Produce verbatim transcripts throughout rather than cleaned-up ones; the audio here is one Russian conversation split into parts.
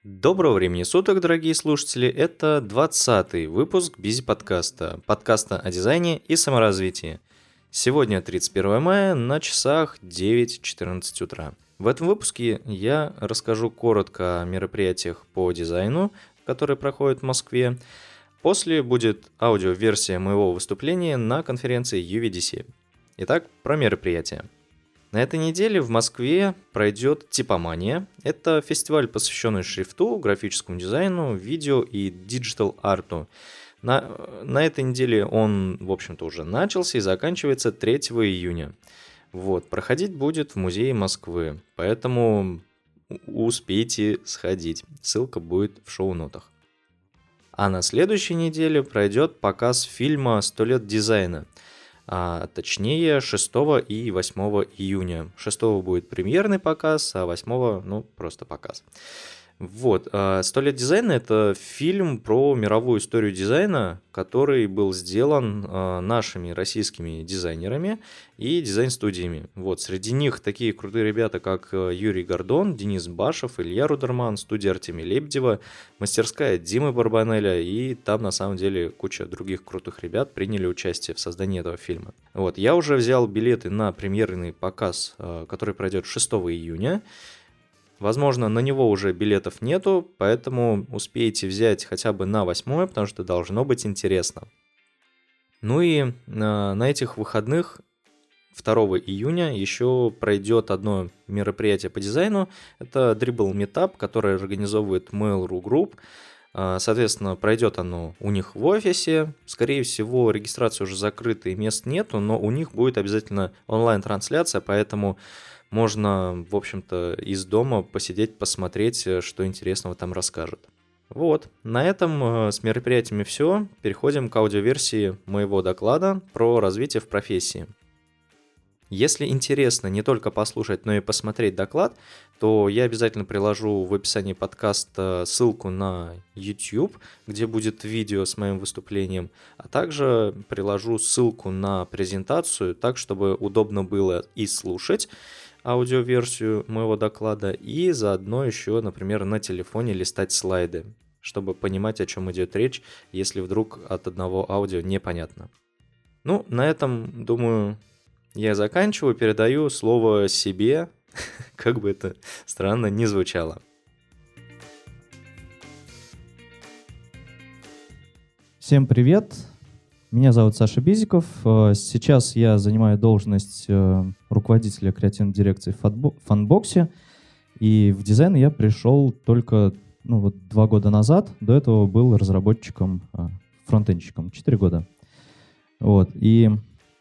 Доброго времени суток, дорогие слушатели! Это двадцатый выпуск Бизи подкаста, подкаста о дизайне и саморазвитии. Сегодня тридцать первое мая, на часах девять четырнадцать утра. В этом выпуске я расскажу коротко о мероприятиях по дизайну, которые проходят в Москве. После будет аудиоверсия моего выступления на конференции ю ви ди си. Итак, про мероприятия. На этой неделе в Москве пройдет Типомания. Это фестиваль, посвященный шрифту, графическому дизайну, видео и диджитал-арту. На, на этой неделе он, в общем-то, уже начался и заканчивается третьего июня. Вот, проходить будет в музее Москвы, поэтому успейте сходить. Ссылка будет в шоу-нотах. А на следующей неделе пройдет показ фильма «сто лет дизайна». А точнее шестого и восьмого июня. шестого будет премьерный показ, а восьмого, ну, просто показ. Вот, «сто лет дизайна» — это фильм про мировую историю дизайна, который был сделан нашими российскими дизайнерами и дизайн-студиями. Вот, среди них такие крутые ребята, как Юрий Гордон, Денис Башев, Илья Рудерман, студия Артемия Лебедева, мастерская Димы Барбанеля, и там на самом деле куча других крутых ребят приняли участие в создании этого фильма. Вот, я уже взял билеты на премьерный показ, который пройдет шестого июня. Возможно, на него уже билетов нету, поэтому успейте взять хотя бы на восьмое, потому что должно быть интересно. Ну и э, на этих выходных второго июня еще пройдет одно мероприятие по дизайну. Это Dribble Meetup, которое организовывает Mail.ru Group. Э, соответственно, пройдет оно у них в офисе. Скорее всего, регистрация уже закрыта и мест нету, но у них будет обязательно онлайн-трансляция, поэтому можно, в общем-то, из дома посидеть, посмотреть, что интересного там расскажут. Вот, на этом с мероприятиями все. Переходим к аудиоверсии моего доклада про развитие в профессии. Если интересно не только послушать, но и посмотреть доклад, то я обязательно приложу в описании подкаста ссылку на YouTube, где будет видео с моим выступлением, а также приложу ссылку на презентацию, так, чтобы удобно было и слушать аудиоверсию моего доклада, и заодно еще, например, на телефоне листать слайды, чтобы понимать, о чем идет речь, если вдруг от одного аудио непонятно. Ну, на этом, думаю, я заканчиваю, передаю слово себе, как бы это странно ни звучало. Всем привет! Меня зовут Саша Бизиков. Сейчас я занимаю должность руководителя креативной дирекции в Фанбоксе. И в дизайн я пришел только ну, вот два года назад. До этого был разработчиком, фронтенщиком, четыре года. Вот. И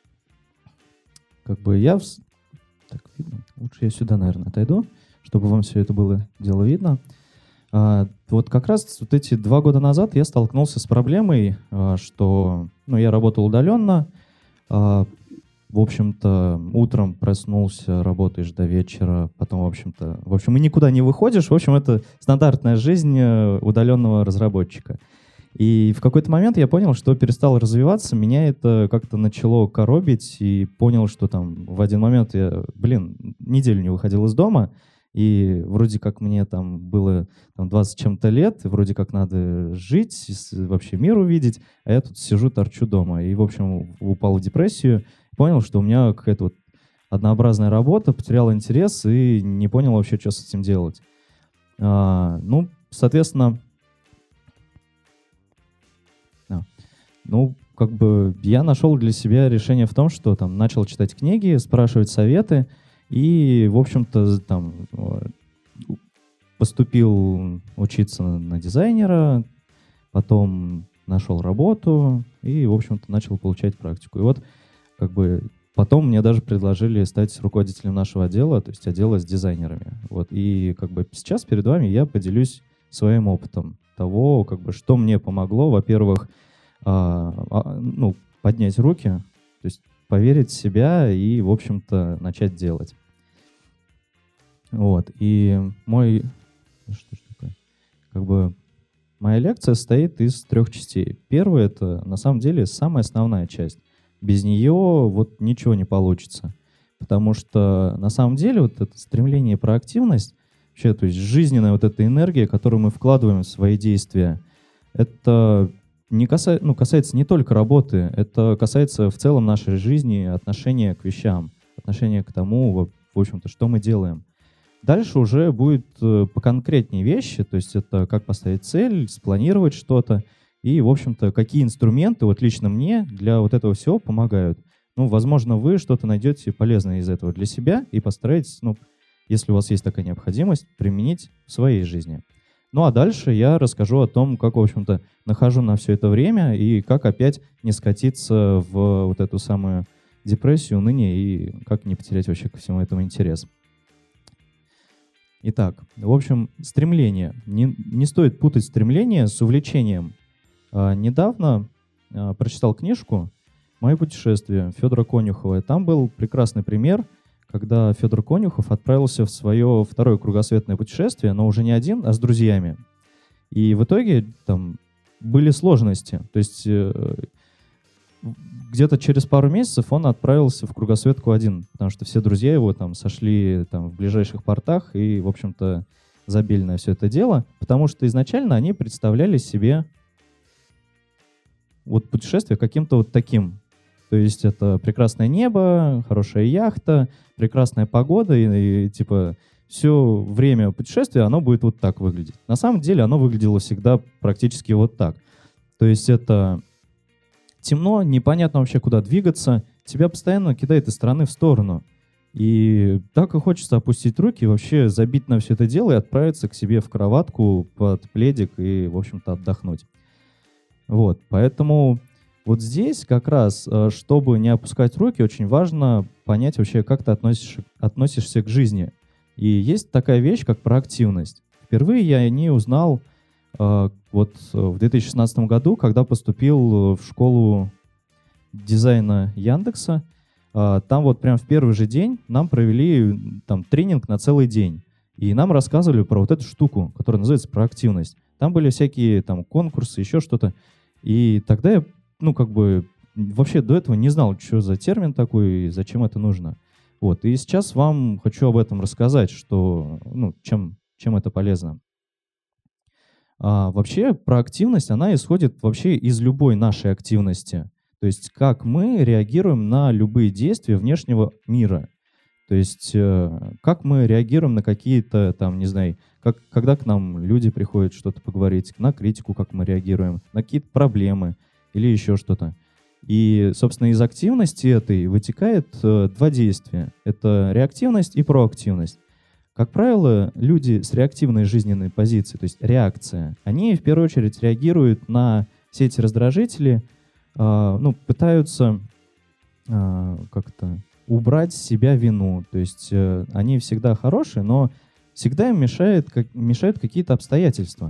как бы я... Так, видно? Лучше я сюда, наверное, отойду, чтобы вам все это было дело видно. А, вот как раз вот эти два года назад я столкнулся с проблемой, а, что ну, я работал удаленно, а, в общем-то, утром проснулся, работаешь до вечера, потом, в общем-то, в общем, и никуда не выходишь. В общем, это стандартная жизнь удаленного разработчика. И в какой-то момент я понял, что перестал развиваться, меня это как-то начало коробить, и понял, что там в один момент я, блин, неделю не выходил из дома, и вроде как мне там было там, двадцать чем-то лет, и вроде как надо жить, вообще мир увидеть, а я тут сижу, торчу дома. И, в общем, упал в депрессию, понял, что у меня какая-то вот однообразная работа, потерял интерес и не понял вообще, что с этим делать. А, ну, соответственно, а, ну, как бы я нашел для себя решение в том, что там начал читать книги, спрашивать советы, и, в общем-то, там поступил учиться на дизайнера, потом нашел работу и, в общем-то, начал получать практику. И вот, как бы, потом мне даже предложили стать руководителем нашего отдела, то есть отдела с дизайнерами. Вот. И, как бы, сейчас перед вами я поделюсь своим опытом того, как бы, что мне помогло, во-первых, а, а, ну, поднять руки, то есть поверить в себя и, в общем-то, начать делать. Вот. И мой... Что ж такое? Как бы моя лекция состоит из трех частей. Первая — это, на самом деле, самая основная часть. Без нее вот ничего не получится. Потому что, на самом деле, вот это стремление и проактивность вообще, то есть жизненная вот эта энергия, которую мы вкладываем в свои действия, это не касается, ну, касается не только работы, это касается в целом нашей жизни, отношения к вещам, отношения к тому, в общем-то, что мы делаем. Дальше уже будет поконкретнее вещи, то есть это как поставить цель, спланировать что-то, и, в общем-то, какие инструменты, вот лично мне, для вот этого всего помогают. Ну, возможно, вы что-то найдете полезное из этого для себя и постараетесь, ну, если у вас есть такая необходимость, применить в своей жизни. Ну, а дальше я расскажу о том, как, в общем-то, нахожу на все это время и как опять не скатиться в вот эту самую депрессию, уныние и как не потерять вообще ко всему этому интерес. Итак, в общем, стремление. Не, не стоит путать стремление с увлечением. А, недавно а, прочитал книжку «Мои путешествия» Федора Конюхова. Там был прекрасный пример, когда Федор Конюхов отправился в свое второе кругосветное путешествие, но уже не один, а с друзьями. И в итоге там были сложности. То есть э, где-то через пару месяцев он отправился в кругосветку один, потому что все друзья его там сошли там, в ближайших портах и, в общем-то, забили на все это дело, потому что изначально они представляли себе вот путешествие каким-то вот таким. То есть это прекрасное небо, хорошая яхта, прекрасная погода, и, и типа все время путешествия оно будет вот так выглядеть. На самом деле оно выглядело всегда практически вот так. То есть это темно, непонятно вообще куда двигаться, тебя постоянно кидает из стороны в сторону. И так и хочется опустить руки, вообще забить на все это дело и отправиться к себе в кроватку под пледик и, в общем-то, отдохнуть. Вот, поэтому вот здесь как раз, чтобы не опускать руки, очень важно понять вообще, как ты относишь, относишься к жизни. И есть такая вещь, как проактивность. Впервые я о ней узнал э, вот в две тысячи шестнадцатом году, когда поступил в школу дизайна Яндекса. Э, там вот прям в первый же день нам провели там тренинг на целый день. И нам рассказывали про вот эту штуку, которая называется проактивность. Там были всякие там конкурсы, еще что-то. И тогда я, ну, как бы, вообще до этого не знал, что за термин такой и зачем это нужно. Вот. И сейчас вам хочу об этом рассказать, что, ну, чем, чем это полезно. А, вообще, проактивность, она исходит вообще из любой нашей активности. То есть, как мы реагируем на любые действия внешнего мира. То есть, э, как мы реагируем на какие-то, там, не знаю, как, когда к нам люди приходят что-то поговорить, на критику, как мы реагируем, на какие-то проблемы или еще что-то. И, собственно, из активности этой вытекает э, два действия. Это реактивность и проактивность. Как правило, люди с реактивной жизненной позицией, то есть реакция, они в первую очередь реагируют на все эти раздражители, э, ну, пытаются э, как-то убрать с себя вину. То есть э, они всегда хорошие, но всегда им мешает, как, мешают какие-то обстоятельства.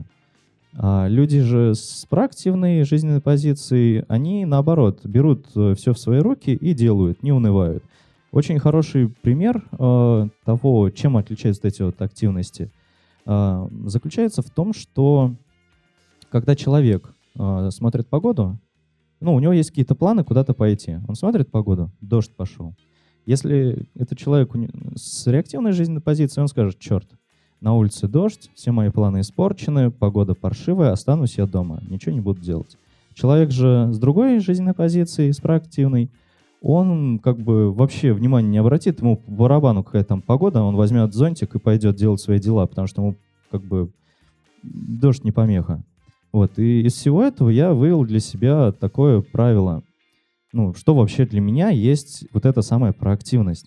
А люди же с проактивной жизненной позицией, они, наоборот, берут все в свои руки и делают, не унывают. Очень хороший пример э, того, чем отличаются эти вот активности, э, заключается в том, что когда человек э, смотрит погоду, ну, у него есть какие-то планы куда-то пойти. Он смотрит погоду, дождь пошел. Если это человек с реактивной жизненной позицией, он скажет: черт, на улице дождь, все мои планы испорчены, погода паршивая, останусь я дома, ничего не буду делать. Человек же с другой жизненной позицией, с проактивной, он как бы вообще внимания не обратит, ему по барабану какая там погода, он возьмет зонтик и пойдет делать свои дела, потому что ему как бы дождь не помеха. Вот, и из всего этого я вывел для себя такое правило. Ну, что вообще для меня есть вот эта самая проактивность.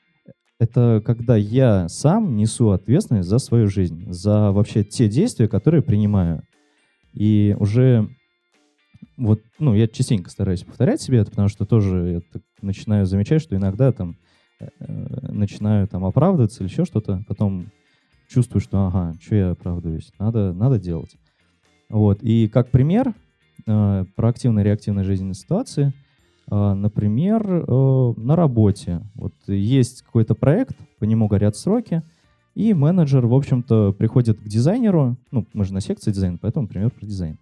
Это когда я сам несу ответственность за свою жизнь, за вообще те действия, которые принимаю. И уже вот, ну, я частенько стараюсь повторять себе это, потому что тоже я начинаю замечать, что иногда там э, начинаю там оправдываться или еще что-то, потом чувствую, что ага, что я оправдываюсь, надо, надо делать. Вот. И как пример э, проактивной реактивной жизненной ситуации, например, на работе. Вот есть какой-то проект, по нему горят сроки, и менеджер, в общем-то, приходит к дизайнеру, ну, мы же на секции дизайна, поэтому, например, про дизайн.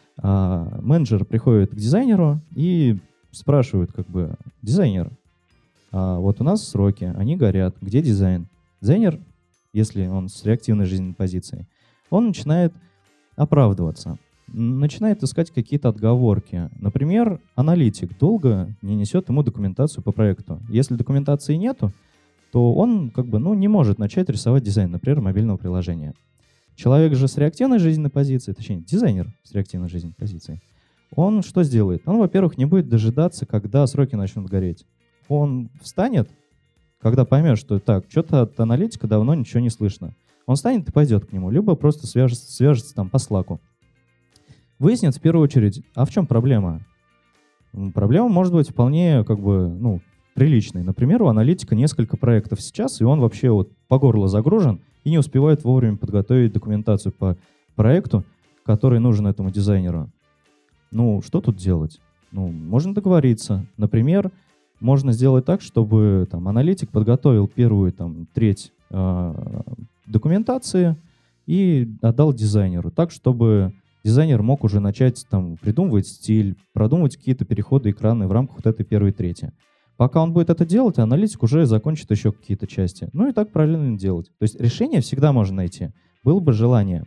А менеджер приходит к дизайнеру и спрашивает, как бы: дизайнер, а вот у нас сроки, они горят, где дизайн? Дизайнер, если он с реактивной жизненной позицией, он начинает оправдываться, начинает искать какие-то отговорки. Например, аналитик долго не несет ему документацию по проекту. Если документации нету, то он как бы, ну, не может начать рисовать дизайн, например, мобильного приложения. Человек же с реактивной жизненной позицией, точнее, дизайнер с реактивной жизненной позицией, он что сделает? Он, во-первых, не будет дожидаться, когда сроки начнут гореть. Он встанет, когда поймет, что так, что-то от аналитика давно ничего не слышно. Он встанет и пойдет к нему, либо просто свяжется, свяжется там по слаку. Выяснит в первую очередь, а в чем проблема? Проблема может быть вполне как бы, ну, приличной. Например, у аналитика несколько проектов сейчас, и он вообще вот по горло загружен и не успевает вовремя подготовить документацию по проекту, который нужен этому дизайнеру. Ну, что тут делать? Ну, можно договориться. Например, можно сделать так, чтобы там, аналитик подготовил первую там, треть э, документации и отдал дизайнеру, так, чтобы дизайнер мог уже начать там, придумывать стиль, продумывать какие-то переходы экрана в рамках вот этой первой трети. Пока он будет это делать, аналитик уже закончит еще какие-то части. Ну и так параллельно делать. То есть решение всегда можно найти. Было бы желание.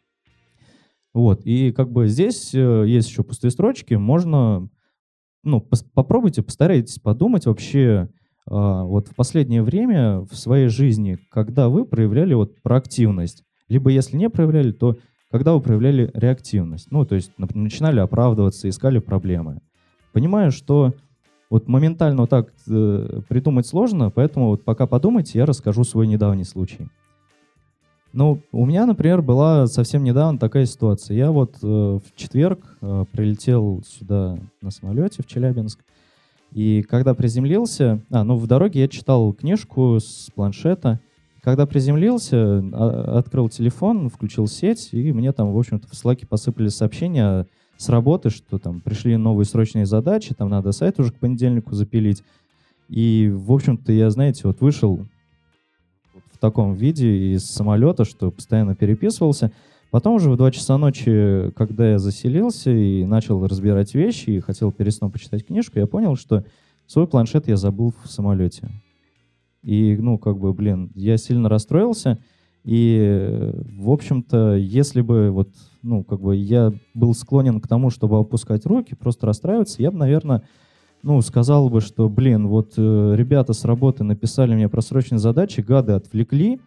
Вот. И как бы здесь э, есть еще пустые строчки. Можно, ну, пос- попробуйте, постарайтесь подумать вообще э, вот в последнее время в своей жизни, когда вы проявляли вот проактивность. Либо если не проявляли, то когда вы проявляли реактивность. Ну, то есть начинали оправдываться, искали проблемы. Понимаю, что вот моментально вот так э, придумать сложно, поэтому вот пока подумайте, я расскажу свой недавний случай. Ну, у меня, например, была совсем недавно такая ситуация. Я вот э, в четверг э, прилетел сюда на самолете в Челябинск, и когда приземлился... А, ну, в дороге я читал книжку с планшета. Когда приземлился, а, открыл телефон, включил сеть, и мне там, в общем-то, в Slack посыпались сообщения с работы, что там пришли новые срочные задачи, там надо сайт уже к понедельнику запилить. И, в общем-то, я, знаете, вот вышел в таком виде из самолета, что постоянно переписывался. Потом уже в два часа ночи, когда я заселился и начал разбирать вещи, и хотел перед сном почитать книжку, я понял, что свой планшет я забыл в самолете. И, ну, как бы, блин, я сильно расстроился. И, в общем-то, если бы вот, ну, как бы я был склонен к тому, чтобы опускать руки, просто расстраиваться, я бы, наверное, ну, сказал бы, что, блин, вот э, ребята с работы написали мне про срочные задачи, гады отвлекли,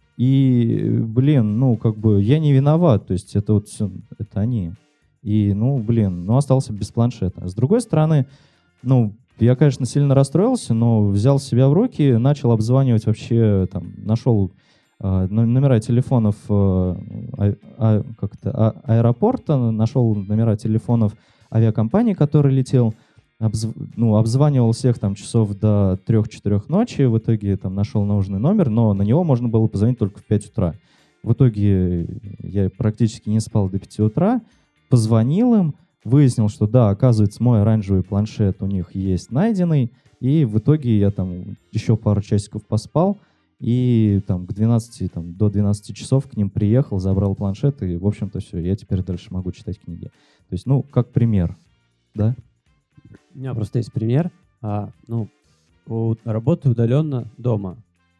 и, блин, ну, как бы я не виноват, то есть это вот все, это они. И, ну, блин, ну, остался без планшета. С другой стороны, ну, я, конечно, сильно расстроился, но взял себя в руки, начал обзванивать вообще, там, нашел э, номера телефонов э, а, а, как-то, а, аэропорта, нашел номера телефонов авиакомпании, который летел, обзв... ну, обзванивал всех там часов до трех-четырех ночи, в итоге там нашел нужный номер, но на него можно было позвонить только в пять утра. В итоге я практически не спал до пяти утра, позвонил им, выяснил, что да, оказывается, мой оранжевый планшет у них есть найденный, и в итоге я там еще пару часиков поспал, и там к двенадцати, там, до двенадцати часов к ним приехал, забрал планшет, и, в общем-то, все, я теперь дальше могу читать книги. То есть, ну, как пример, да? У меня просто есть пример. А, ну, у- работаю удаленно дома,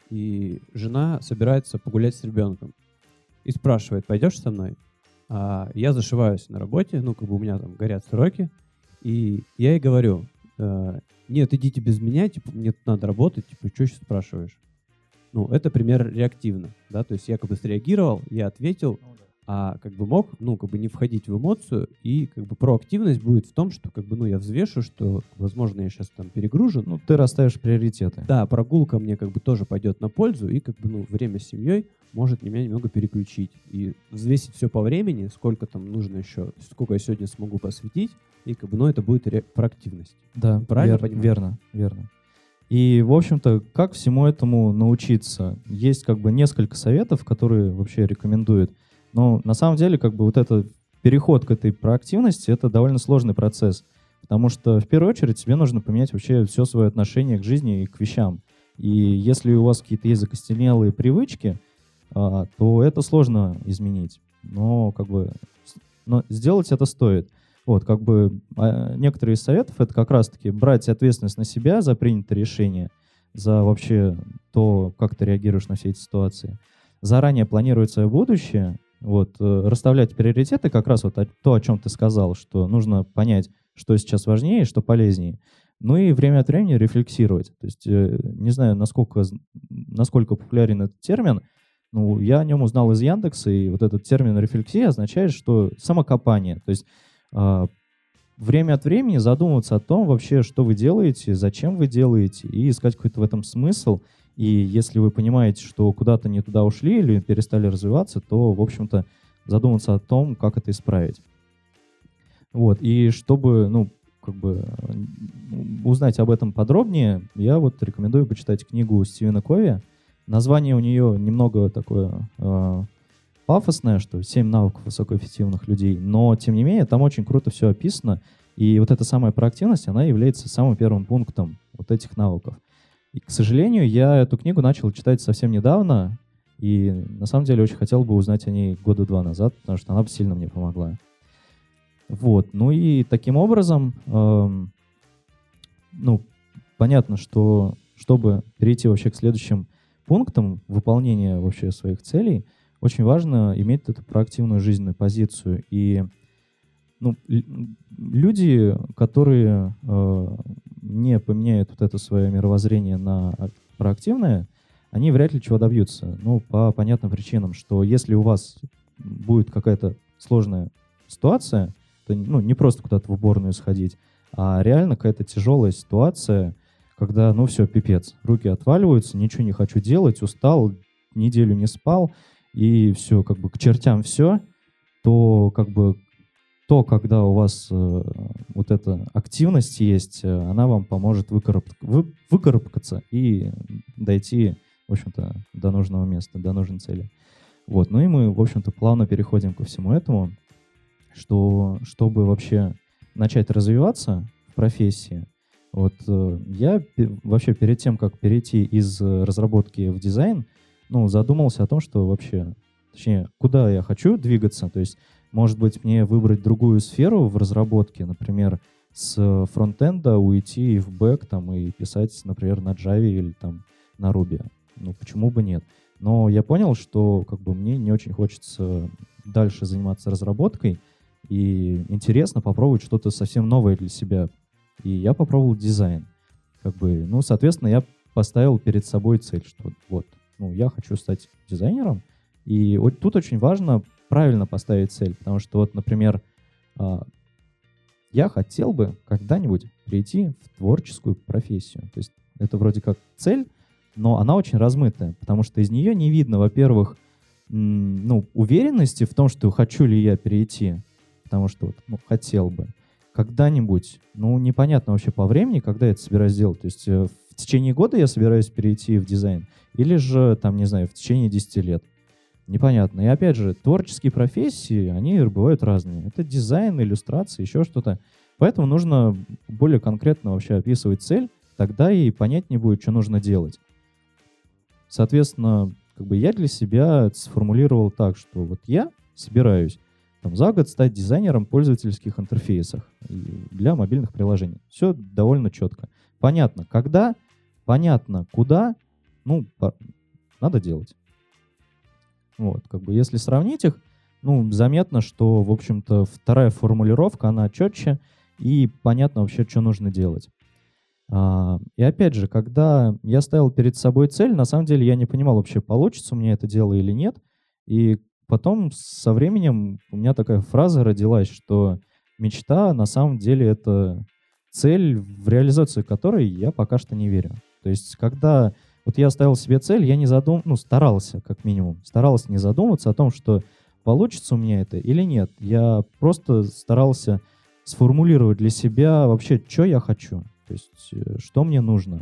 и жена собирается погулять с ребенком. И спрашивает, пойдешь со мной? А я зашиваюсь на работе, ну, как бы у меня там горят сроки, и я ей говорю, э, нет, идите без меня, типа, мне тут надо работать, типа, что сейчас спрашиваешь? Ну, это пример реактивно, да, то есть я как бы среагировал, я ответил, а как бы мог, ну, как бы не входить в эмоцию, и как бы проактивность будет в том, что как бы, ну, я взвешу, что, возможно, я сейчас там перегружен. Ну, ты расставишь приоритеты. Да, прогулка мне как бы тоже пойдет на пользу, и как бы, ну, время с семьей может меня немного переключить. И взвесить все по времени, сколько там нужно еще, сколько я сегодня смогу посвятить, и как бы, ну, это будет ре- проактивность. Да, Правильно вер- понимаю? верно, верно. И, в общем-то, как всему этому научиться? Есть как бы несколько советов, которые вообще рекомендуют. Но на самом деле, как бы вот этот переход к этой проактивности, это довольно сложный процесс. Потому что, в первую очередь, тебе нужно поменять вообще все свое отношение к жизни и к вещам. И если у вас какие-то есть закостенелые привычки, а, то это сложно изменить. Но как бы с- но сделать это стоит. Вот, как бы а, некоторые из советов это как раз-таки брать ответственность на себя за принятое решение, за вообще то, как ты реагируешь на все эти ситуации. заранее планировать свое будущее, вот, э, расставлять приоритеты, как раз вот о- то, о чем ты сказал, что нужно понять, что сейчас важнее, что полезнее. Ну и время от времени рефлексировать. То есть э, не знаю, насколько, з- насколько популярен этот термин, ну, я о нем узнал из Яндекса, и вот этот термин рефлексия означает, что самокопание. То есть а, время от времени задумываться о том вообще, что вы делаете, зачем вы делаете, и искать какой-то в этом смысл. И если вы понимаете, что куда-то не туда ушли или перестали развиваться, то, в общем-то, задуматься о том, как это исправить. Вот, и чтобы, ну, как бы м, узнать об этом подробнее, я вот рекомендую почитать книгу Стивена Кови. Название у нее немного такое э, пафосное, что «Семь навыков высокоэффективных людей», но, тем не менее, там очень круто все описано, и вот эта самая проактивность, она является самым первым пунктом вот этих навыков. И, к сожалению, я эту книгу начал читать совсем недавно, и на самом деле очень хотел бы узнать о ней года два назад, потому что она бы сильно мне помогла. Вот, ну и таким образом, эм, ну, понятно, что чтобы перейти вообще к следующим пунктам выполнения вообще своих целей, очень важно иметь эту проактивную жизненную позицию. И ну, л- люди, которые э, не поменяют вот это свое мировоззрение на а- проактивное, они вряд ли чего добьются. Ну, по понятным причинам, что если у вас будет какая-то сложная ситуация, то ну, не просто куда-то в уборную сходить, а реально какая-то тяжелая ситуация, когда, ну все, пипец, руки отваливаются, ничего не хочу делать, устал, неделю не спал, и все, как бы к чертям все, то как бы то, когда у вас э, вот эта активность есть, э, она вам поможет выкараб- вы- выкарабкаться и дойти, в общем-то, до нужного места, до нужной цели. Вот, ну и мы, в общем-то, плавно переходим ко всему этому, что чтобы вообще начать развиваться в профессии, вот э, я пе- вообще перед тем, как перейти из э, разработки в дизайн, ну, задумался о том, что вообще, точнее, куда я хочу двигаться, то есть, может быть, мне выбрать другую сферу в разработке, например, с э, фронтенда уйти в бэк там, и писать, например, на Java или там на Ruby. Ну, почему бы нет? Но я понял, что как бы мне не очень хочется дальше заниматься разработкой, и интересно попробовать что-то совсем новое для себя. И я попробовал дизайн. Как бы, ну, соответственно, я поставил перед собой цель, что вот, ну, я хочу стать дизайнером. И вот тут очень важно правильно поставить цель, потому что вот, например, а, я хотел бы когда-нибудь прийти в творческую профессию. То есть это вроде как цель, но она очень размытая, потому что из нее не видно, во-первых, м, ну, уверенности в том, что хочу ли я перейти, потому что вот, ну, хотел бы. Когда-нибудь, ну, непонятно вообще по времени, когда я это собираюсь сделать. То есть э, в течение года я собираюсь перейти в дизайн, или же, там, не знаю, в течение десяти лет. Непонятно. И опять же, творческие профессии, они бывают разные. Это дизайн, иллюстрация, еще что-то. Поэтому нужно более конкретно вообще описывать цель, тогда и понятнее будет, что нужно делать. Соответственно, как бы я для себя сформулировал так, что вот я собираюсь там, за год стать дизайнером пользовательских интерфейсов и для мобильных приложений. Все довольно четко. Понятно, когда, понятно, куда, ну, по- надо делать. Вот, как бы если сравнить их, ну, заметно, что, в общем-то, вторая формулировка, она четче и понятно вообще, что нужно делать. А, и опять же, когда я ставил перед собой цель, на самом деле я не понимал вообще, получится у меня это дело или нет. И потом со временем у меня такая фраза родилась, что мечта на самом деле это цель, в реализацию которой я пока что не верю. То есть когда вот я ставил себе цель, я не задум... ну, старался, как минимум, старался не задумываться о том, что получится у меня это или нет. Я просто старался сформулировать для себя вообще, что я хочу. То есть, э, что мне нужно.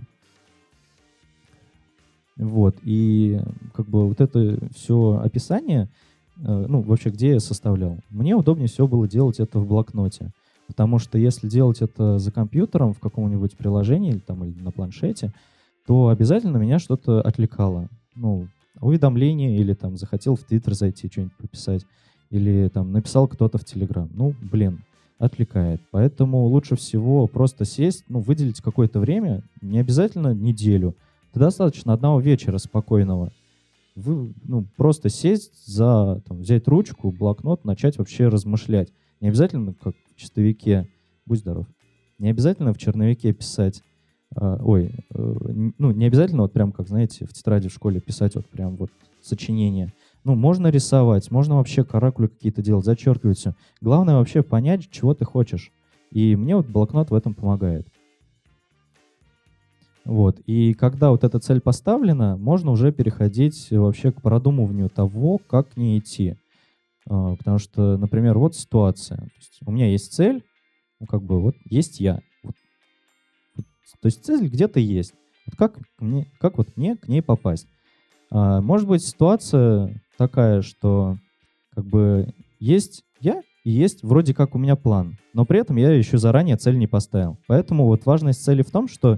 Вот. И как бы вот это все описание, э, ну, вообще, где я составлял, мне удобнее всего было делать это в блокноте. Потому что если делать это за компьютером в каком-нибудь приложении или, там, или на планшете, то обязательно меня что-то отвлекало. Ну, уведомление или там захотел в Твиттер зайти, что-нибудь пописать, или там написал кто-то в Телеграм. Ну, блин, отвлекает. Поэтому лучше всего просто сесть, ну, выделить какое-то время, не обязательно неделю. Это достаточно одного вечера спокойного. вы, ну, просто сесть за, там, взять ручку, блокнот, начать вообще размышлять. Не обязательно, как в чистовике, будь здоров, не обязательно в черновике писать, э, ой, э, ну, не обязательно вот прям, как, знаете, в тетради в школе писать вот прям вот сочинение. Ну, можно рисовать, можно вообще каракули какие-то делать, зачеркивать все. Главное вообще понять, чего ты хочешь. И мне вот блокнот в этом помогает. Вот. И когда вот эта цель поставлена, можно уже переходить вообще к продумыванию того, как к ней идти. А, Потому что, например, вот ситуация. То есть у меня есть цель, ну, как бы вот есть я. Вот. Вот. То есть цель где-то есть. Вот как мне, как вот мне к ней попасть? А, Может быть ситуация такая, что как бы есть я и есть вроде как у меня план, но при этом я еще заранее цель не поставил. Поэтому вот важность цели в том, что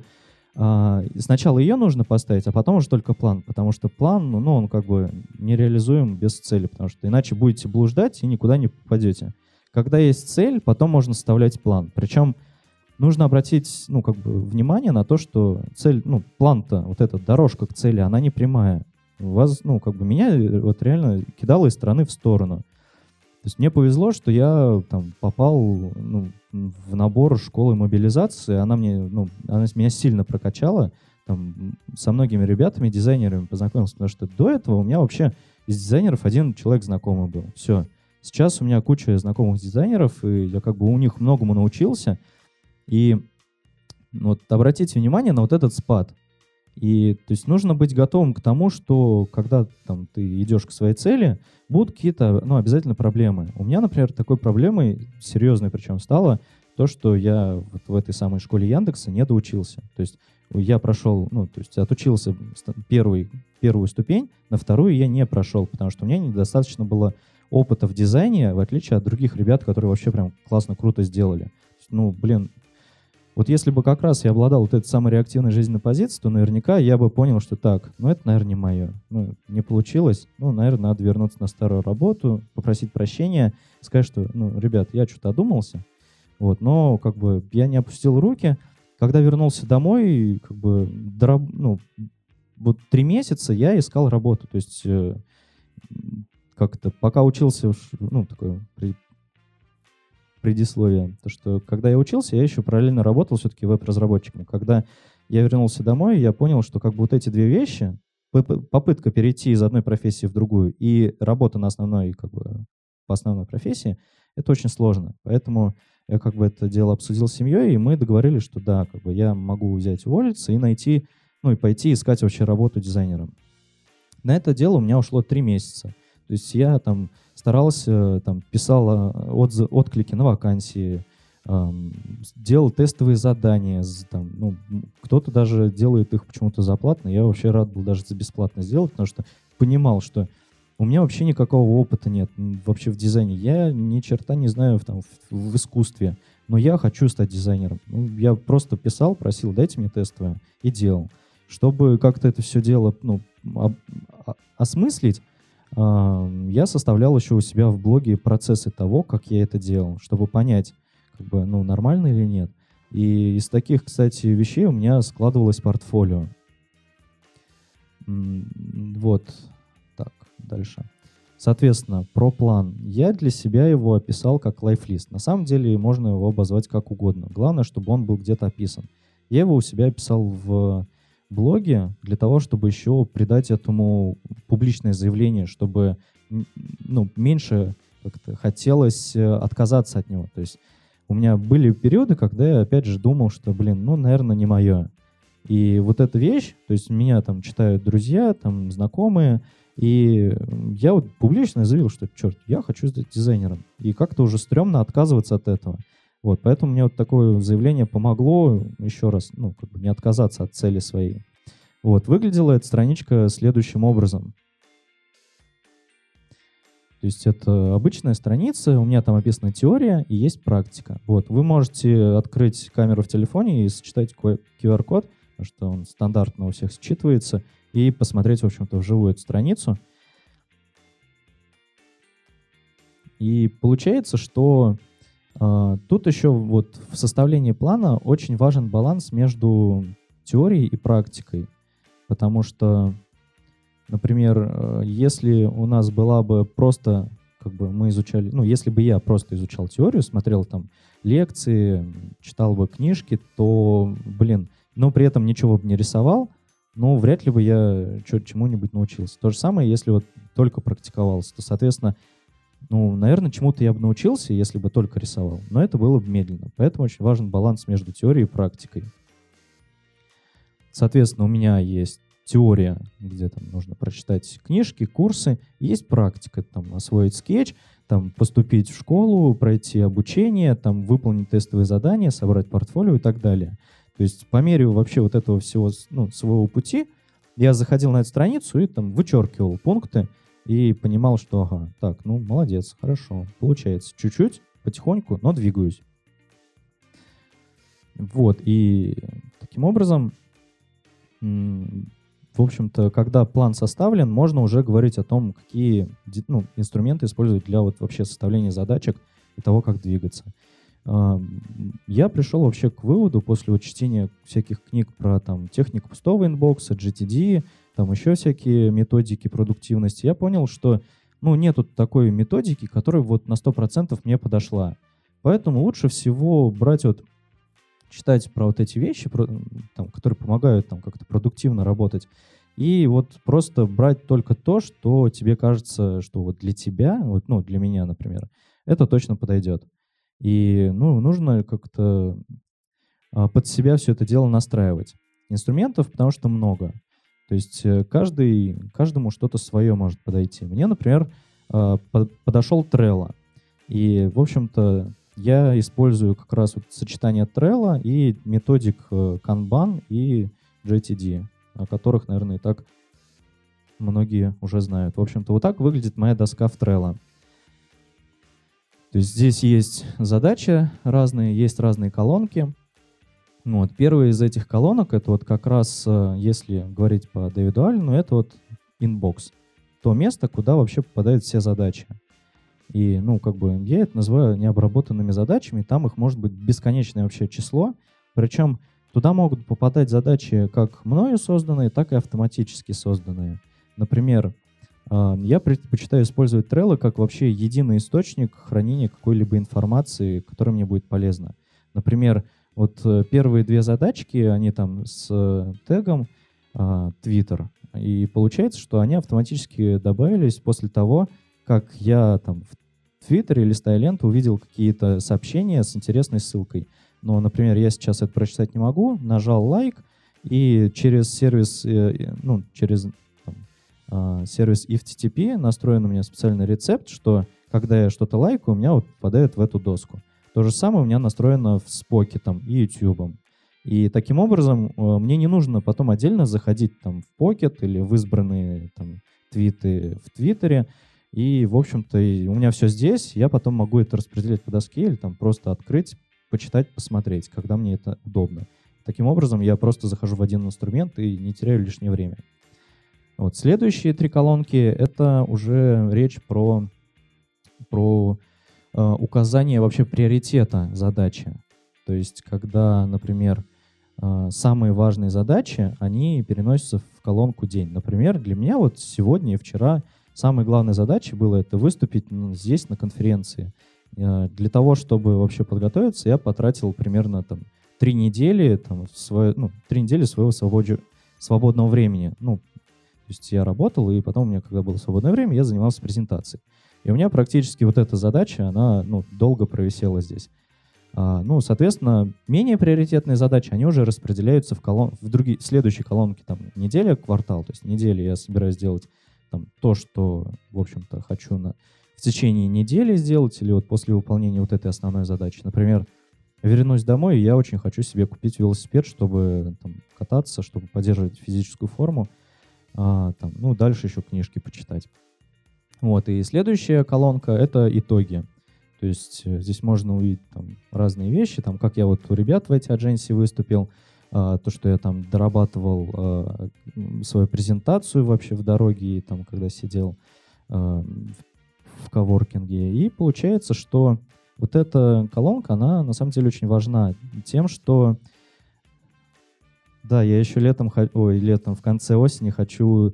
а, сначала ее нужно поставить, а потом уже только план, потому что план, ну, он как бы нереализуем без цели, потому что иначе будете блуждать и никуда не попадете. Когда есть цель, потом можно составлять план. Причем нужно обратить, ну, как бы внимание на то, что цель, ну, план-то, вот эта дорожка к цели, она не прямая. У вас, ну, как бы меня вот реально кидало из стороны в сторону. То есть мне повезло, что я там попал, ну, в набор школы мобилизации. Она мне, ну, она меня сильно прокачала. Там, со многими ребятами, дизайнерами познакомился, потому что до этого у меня вообще из дизайнеров один человек знакомый был. Все. Сейчас у меня куча знакомых дизайнеров, и я как бы у них многому научился. И вот обратите внимание на вот этот спад. И то есть нужно быть готовым к тому, что когда там, ты идешь к своей цели, будут какие-то, ну, обязательно проблемы. У меня, например, такой проблемой, серьезной причем, стало то, что я вот в этой самой школе Яндекса не доучился. То есть я прошел, ну, то есть отучился первый, первую ступень, на вторую я не прошел, потому что у меня недостаточно было опыта в дизайне, в отличие от других ребят, которые вообще прям классно, круто сделали. Ну, блин, вот если бы как раз я обладал вот этой самой реактивной жизненной позицией, то наверняка я бы понял, что так, ну это, наверное, не мое. Ну, не получилось. Ну, наверное, надо вернуться на старую работу, попросить прощения, сказать, что, ну, ребят, я что-то одумался. Вот, но как бы я не опустил руки. Когда вернулся домой, как бы, дораб... ну, вот три месяца я искал работу. То есть э, как-то пока учился, в... ну, такое... предисловие. То, что когда я учился, я еще параллельно работал все-таки веб-разработчиком. Когда я вернулся домой, я понял, что как бы вот эти две вещи, попытка перейти из одной профессии в другую и работа на основной, как бы, по основной профессии, это очень сложно. Поэтому я как бы это дело обсудил с семьей, и мы договорились, что да, как бы я могу взять, уволиться и найти, ну и пойти искать вообще работу дизайнером. На это дело у меня ушло три месяца. То есть я там старался, там, писал отзыв, отклики на вакансии, эм, делал тестовые задания. Там, ну, кто-то даже делает их почему-то за платно. Я вообще рад был даже за бесплатно сделать, потому что понимал, что у меня вообще никакого опыта нет вообще в дизайне. Я ни черта не знаю в, там, в, в искусстве, но я хочу стать дизайнером. Ну, я просто писал, просил, дайте мне тестовое, и делал. Чтобы как-то это все дело, ну, об, о, осмыслить, я составлял еще у себя в блоге процессы того, как я это делал, чтобы понять, как бы, ну, нормально или нет. И из таких, кстати, вещей у меня складывалось портфолио. Вот. Так, дальше. Соответственно, про план. Я для себя его описал как лайфлист. На самом деле можно его обозвать как угодно. Главное, чтобы он был где-то описан. Я его у себя описал в блоге для того, чтобы еще придать этому публичное заявление, чтобы, ну, меньше как-то хотелось отказаться от него. То есть у меня были периоды, когда я опять же думал, что, блин, ну, наверное, не мое. И вот эта вещь, то есть меня там читают друзья, там знакомые, и я вот публично заявил, что, черт, я хочу стать дизайнером. И как-то уже стрёмно отказываться от этого. Вот, поэтому мне вот такое заявление помогло еще раз, ну, как бы не отказаться от цели своей. Вот, выглядела эта страничка следующим образом. То есть это обычная страница, у меня там описана теория и есть практика. Вот, вы можете открыть камеру в телефоне и сочетать ку ар код, потому что он стандартно у всех считывается, и посмотреть, в общем-то, вживую эту страницу. И получается, что Uh, тут еще вот в составлении плана очень важен баланс между теорией и практикой, потому что Например, э, если у нас была бы просто, как бы мы изучали, ну, если бы я просто изучал теорию, смотрел там лекции, читал бы книжки, то, блин, но при этом ничего бы не рисовал, ну, вряд ли бы я чё- чему-нибудь научился. То же самое, если вот только практиковался, то, соответственно, ну, наверное, чему-то я бы научился, если бы только рисовал, но это было бы медленно. Поэтому очень важен баланс между теорией и практикой. Соответственно, у меня есть теория, где там нужно прочитать книжки, курсы, есть практика, там, освоить скетч, там, поступить в школу, пройти обучение, там, выполнить тестовые задания, собрать портфолио и так далее. То есть по мере вообще вот этого всего, ну, своего пути я заходил на эту страницу и там вычеркивал пункты и понимал, что, ага, так, ну, молодец, хорошо, получается, чуть-чуть, потихоньку, но двигаюсь. Вот, и таким образом, м, в общем-то, когда план составлен, можно уже говорить о том, какие ди- ну, инструменты использовать для вот вообще составления задачек и того, как двигаться. А, м, Я пришел вообще к выводу после вот чтения всяких книг про там технику пустого инбокса, джи ти ди, там еще всякие методики продуктивности. Я понял, что ну, нету такой методики, которая вот на сто процентов мне подошла. Поэтому лучше всего брать вот читать про вот эти вещи, про, м, там, которые помогают там как-то продуктивно работать, и вот просто брать только то, что тебе кажется, что вот для тебя, вот, ну, для меня, например, это точно подойдет. И, ну, нужно как-то а, под себя все это дело настраивать. Инструментов, потому что много. То есть э, каждый, каждому что-то свое может подойти. Мне, например, а, по- подошел Trello. И, в общем-то, я использую как раз вот сочетание Trello и методик э, Kanban и джей ти ди, о которых, наверное, и так многие уже знают. В общем-то, вот так выглядит моя доска в Trello. То есть здесь есть задачи разные, есть разные колонки. Ну вот, первая из этих колонок, это вот как раз, э, если говорить по Дэвиду Аллену, это вот inbox. То место, куда вообще попадают все задачи. И, ну, как бы я это называю необработанными задачами. Там их может быть бесконечное вообще число. Причем туда могут попадать задачи как мною созданные, так и автоматически созданные. Например, а, я предпочитаю использовать Trello как вообще единый источник хранения какой-либо информации, которая мне будет полезна. Например, вот э, первые две задачки, они там с э, тегом а, Twitter. И получается, что они автоматически добавились после того, как я там в Твиттере, листая ленту, увидел какие-то сообщения с интересной ссылкой. Но, например, я сейчас это прочитать не могу, нажал лайк, и через сервис, э, ну, через там, а, сервис эф ти ти пи настроен у меня специальный рецепт, что когда я что-то лайкаю, у меня вот попадает в эту доску. То же самое у меня настроено в Споке там, и YouTube. И таким образом э, мне не нужно потом отдельно заходить там, в Pocket или в избранные там, твиты в Твиттере. И, в общем-то, и у меня все здесь. Я потом могу это распределять по доске или там просто открыть, почитать, посмотреть, когда мне это удобно. Таким образом, я просто захожу в один инструмент и не теряю лишнее время. Вот. Следующие три колонки — это уже речь про, про э, указание вообще приоритета задачи. То есть, когда, например, э, самые важные задачи, они переносятся в колонку «День». Например, для меня вот сегодня и вчера самой главной задачей было это выступить ну, здесь, на конференции. Э, Для того, чтобы вообще подготовиться, я потратил примерно там три недели, там, свое, ну, три недели своего свободе, свободного времени. Ну, то есть я работал, и потом у меня, когда было свободное время, я занимался презентацией. И у меня практически вот эта задача, она ну, долго провисела здесь. А, ну, соответственно, менее приоритетные задачи, они уже распределяются в, колон... в другие, следующие колонки, там, неделя, квартал. То есть неделю я собираюсь сделать там, то, что, в общем-то, хочу на... в течение недели сделать, или вот после выполнения вот этой основной задачи. Например, вернусь домой, и я очень хочу себе купить велосипед, чтобы там, кататься, чтобы поддерживать физическую форму. А, там, ну, дальше еще книжки почитать. Вот, и следующая колонка — это итоги. То есть э, здесь можно увидеть там, разные вещи, там, как я вот у ребят в эти адженси выступил, а, то, что я там дорабатывал а, свою презентацию вообще в дороге, и, там, когда сидел а, в, в коворкинге. И получается, что вот эта колонка, она на самом деле очень важна тем, что да, я еще летом, ой, летом в конце осени хочу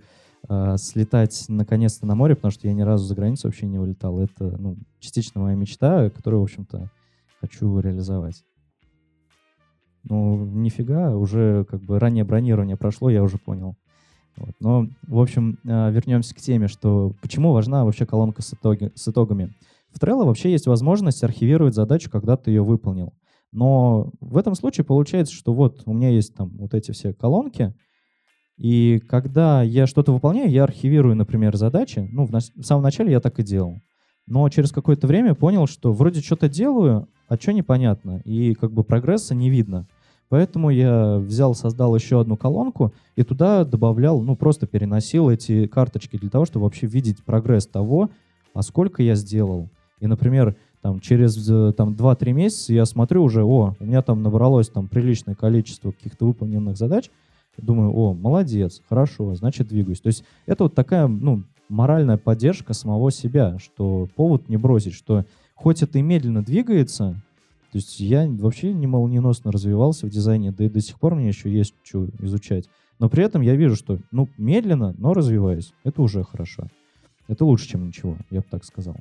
э, слетать наконец-то на море, потому что я ни разу за границу вообще не вылетал. Это, ну, частично моя мечта, которую, в общем-то, хочу реализовать. Ну, нифига, уже как бы раннее бронирование прошло, я уже понял. Вот. Но, в общем, э, вернемся к теме, что почему важна вообще колонка с, итоги, с итогами. В Trello вообще есть возможность архивировать задачу, когда ты ее выполнил. Но в этом случае получается, что вот у меня есть там вот эти все колонки, и когда я что-то выполняю, я архивирую, например, задачи. Ну, в, на- в самом начале я так и делал. Но через какое-то время понял, что вроде что-то делаю, а что непонятно, и как бы прогресса не видно. Поэтому я взял, создал еще одну колонку и туда добавлял, ну, просто переносил эти карточки для того, чтобы вообще видеть прогресс того, а сколько я сделал. И, например, там, через э, там, два-три месяца я смотрю уже, о, у меня там набралось там, приличное количество каких-то выполненных задач. Думаю, о, молодец, хорошо, значит, двигаюсь. То есть это вот такая, ну, моральная поддержка самого себя, что повод не бросить, что хоть это и медленно двигается, то есть я вообще не молниеносно развивался в дизайне, да и до сих пор мне еще есть что изучать. Но при этом я вижу, что, ну, медленно, но развиваюсь. Это уже хорошо. Это лучше, чем ничего, я бы так сказал.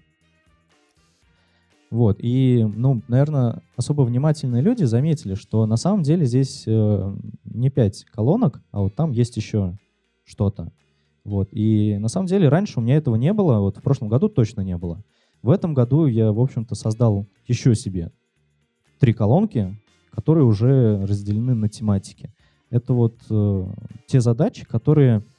Вот, и, ну, наверное, особо внимательные люди заметили, что на самом деле здесь э, не пять колонок, а вот там есть еще что-то. Вот, и на самом деле раньше у меня этого не было, вот в прошлом году точно не было. В этом году я, в общем-то, создал еще себе три колонки, которые уже разделены на тематики. Это вот э, те задачи, которые, э,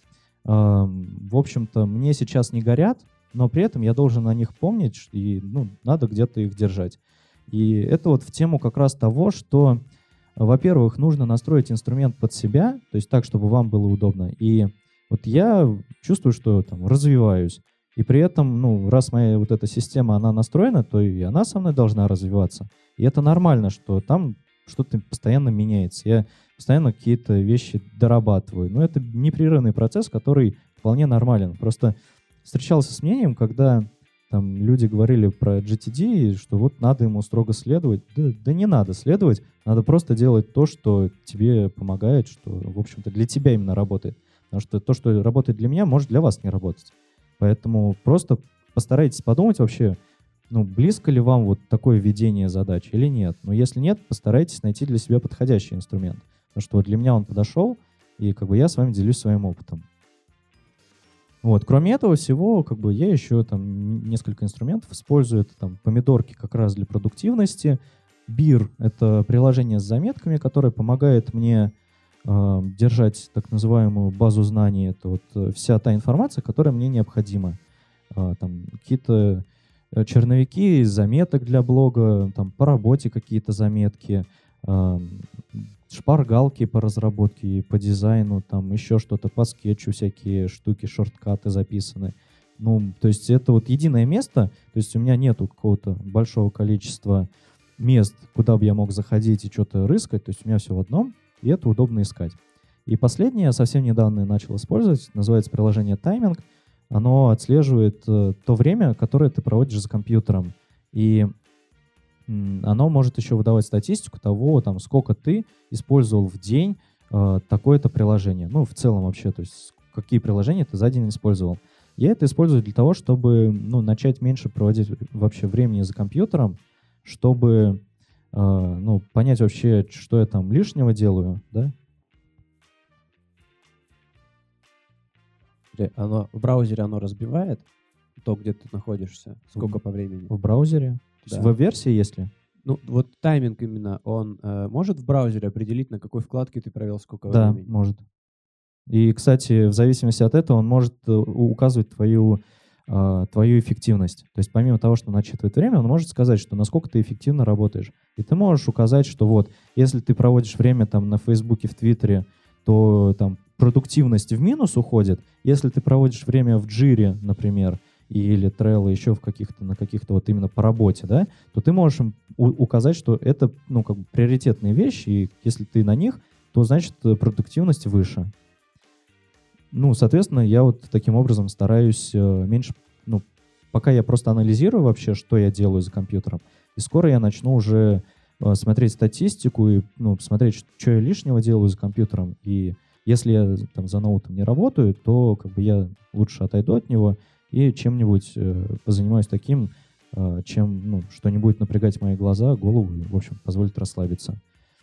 в общем-то, мне сейчас не горят, но при этом я должен о них помнить, и, ну, надо где-то их держать. И это вот в тему как раз того, что, во-первых, нужно настроить инструмент под себя, то есть так, чтобы вам было удобно. И вот я чувствую, что там развиваюсь. И при этом, ну, раз моя вот эта система, она настроена, то и она со мной должна развиваться. И это нормально, что там что-то постоянно меняется. Я постоянно какие-то вещи дорабатываю. Но это непрерывный процесс, который вполне нормален. Просто встречался с мнением, когда там люди говорили про джи ти ди, что вот надо ему строго следовать. Да, да не надо следовать, надо просто делать то, что тебе помогает, что, в общем-то, для тебя именно работает. Потому что то, что работает для меня, может для вас не работать. Поэтому просто постарайтесь подумать вообще, ну, близко ли вам вот такое ведение задач или нет. Но если нет, постарайтесь найти для себя подходящий инструмент. Потому что вот для меня он подошел, и как бы я с вами делюсь своим опытом. Вот. Кроме этого всего, как бы я еще там несколько инструментов использую. Это там помидорки как раз для продуктивности. Бир — это приложение с заметками, которое помогает мне э, держать так называемую базу знаний. Это вот вся та информация, которая мне необходима. Э, там какие-то черновики из заметок для блога, там по работе какие-то заметки, э, шпаргалки по разработке, по дизайну, там еще что-то, по скетчу всякие штуки, шорткаты записаны. Ну, то есть это вот единое место, то есть у меня нету какого-то большого количества мест, куда бы я мог заходить и что-то рыскать, то есть у меня все в одном, и это удобно искать. И последнее, я совсем недавно начал использовать, называется приложение Timing. Оно отслеживает э, то время, которое ты проводишь за компьютером. И м, оно может еще выдавать статистику того, там, сколько ты использовал в день э, такое-то приложение. Ну, в целом вообще, то есть какие приложения ты за день использовал. Я это использую для того, чтобы, ну, начать меньше проводить вообще времени за компьютером, чтобы э, ну, понять вообще, что я там лишнего делаю, да? Оно, в браузере оно разбивает то, где ты находишься, сколько в, по времени? В браузере? Да. В веб-версии, если? Ну, вот тайминг именно, он э, может в браузере определить, на какой вкладке ты провел сколько да, времени? Да, может. И, кстати, в зависимости от этого он может указывать твою, э, твою эффективность. То есть помимо того, что он отсчитывает время, он может сказать, что насколько ты эффективно работаешь. И ты можешь указать, что вот, если ты проводишь время там на Фейсбуке, в Твиттере, то там продуктивность в минус уходит. Если ты проводишь время в Джире, например, или Trello, еще в каких-то, на каких-то вот именно по работе, да, то ты можешь им у- указать, что это, ну, как бы приоритетные вещи, и если ты на них, то, значит, продуктивность выше. Ну, соответственно, я вот таким образом стараюсь э, меньше, ну, пока я просто анализирую вообще, что я делаю за компьютером, и скоро я начну уже э, смотреть статистику и, ну, смотреть, что я лишнего делаю за компьютером, и если я там за ноутом не работаю, то как бы я лучше отойду от него и чем-нибудь э, позанимаюсь таким, э, чем, ну, что не будет напрягать мои глаза, голову, и, в общем, позволит расслабиться.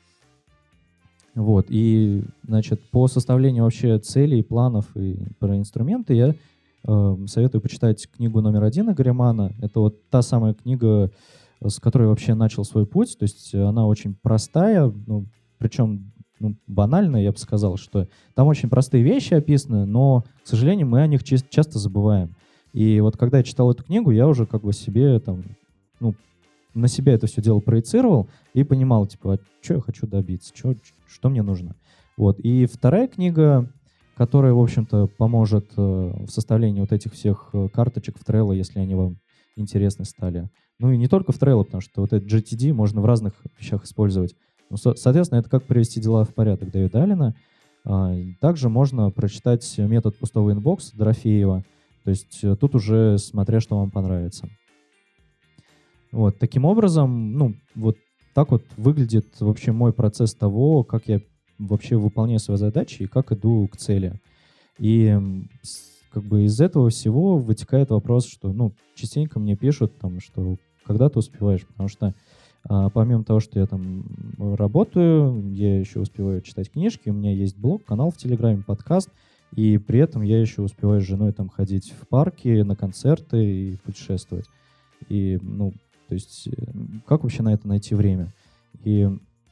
Вот, и, значит, по составлению вообще целей, планов и про инструменты я э, советую почитать книгу номер один Игоря Манна. Это вот та самая книга, с которой вообще начал свой путь. То есть она очень простая, ну, причем ну, банальная, я бы сказал, что там очень простые вещи описаны, но, к сожалению, мы о них ча- часто забываем. И вот когда я читал эту книгу, я уже как бы себе там, ну, на себя это все дело проецировал и понимал, типа, а что я хочу добиться, чё, что мне нужно. Вот. И вторая книга, которая, в общем-то, поможет э, в составлении вот этих всех э, карточек в Trello, если они вам интересны стали. Ну и не только в Trello, потому что вот этот джи ти ди можно в разных вещах использовать. Ну, со- соответственно, это как привести дела в порядок Дэвида Аллена. А, также можно прочитать метод пустого инбокса Дорофеева. То есть э, тут уже смотря, что вам понравится. Вот, таким образом, ну, вот так вот выглядит вообще мой процесс того, как я вообще выполняю свои задачи и как иду к цели. И м, с- как бы из этого всего вытекает вопрос, что, ну, частенько мне пишут, там, что когда ты успеваешь, потому что а, помимо того, что я там м, работаю, я еще успеваю читать книжки, у меня есть блог, канал в Телеграме, подкаст, и при этом я еще успеваю с женой там ходить в парки, на концерты и путешествовать. И, ну, то есть, э, как вообще на это найти время? И,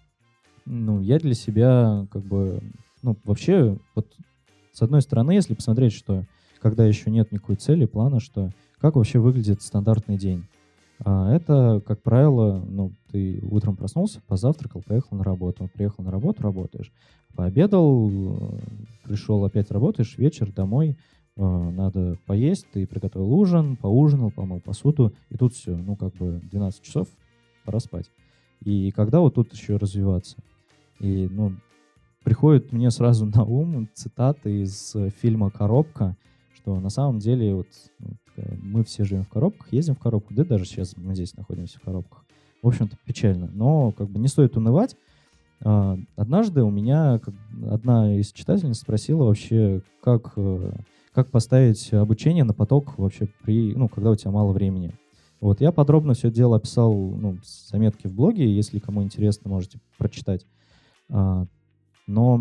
ну, я для себя, как бы, ну, вообще, вот, с одной стороны, если посмотреть, что когда еще нет никакой цели, плана, что как вообще выглядит стандартный день? А, это, как правило, ну, ты утром проснулся, позавтракал, поехал на работу. Приехал на работу, работаешь. Пообедал, э, пришел, опять работаешь, вечер, домой, э, надо поесть, ты приготовил ужин, поужинал, помыл посуду, и тут все, ну, как бы двенадцать часов, пора спать. И когда вот тут еще развиваться? И, ну, приходит мне сразу на ум цитаты из э, фильма «Коробка», что на самом деле вот, ну, такая, мы все живем в коробках, ездим в коробках, да даже сейчас мы здесь находимся в коробках. В общем-то, печально, но как бы не стоит унывать. А, Однажды у меня как- одна из читательниц спросила вообще, как, э, как поставить обучение на поток вообще при, ну, когда у тебя мало времени. Вот я подробно все это дело описал, ну, с заметки в блоге, если кому интересно, можете прочитать. А, Но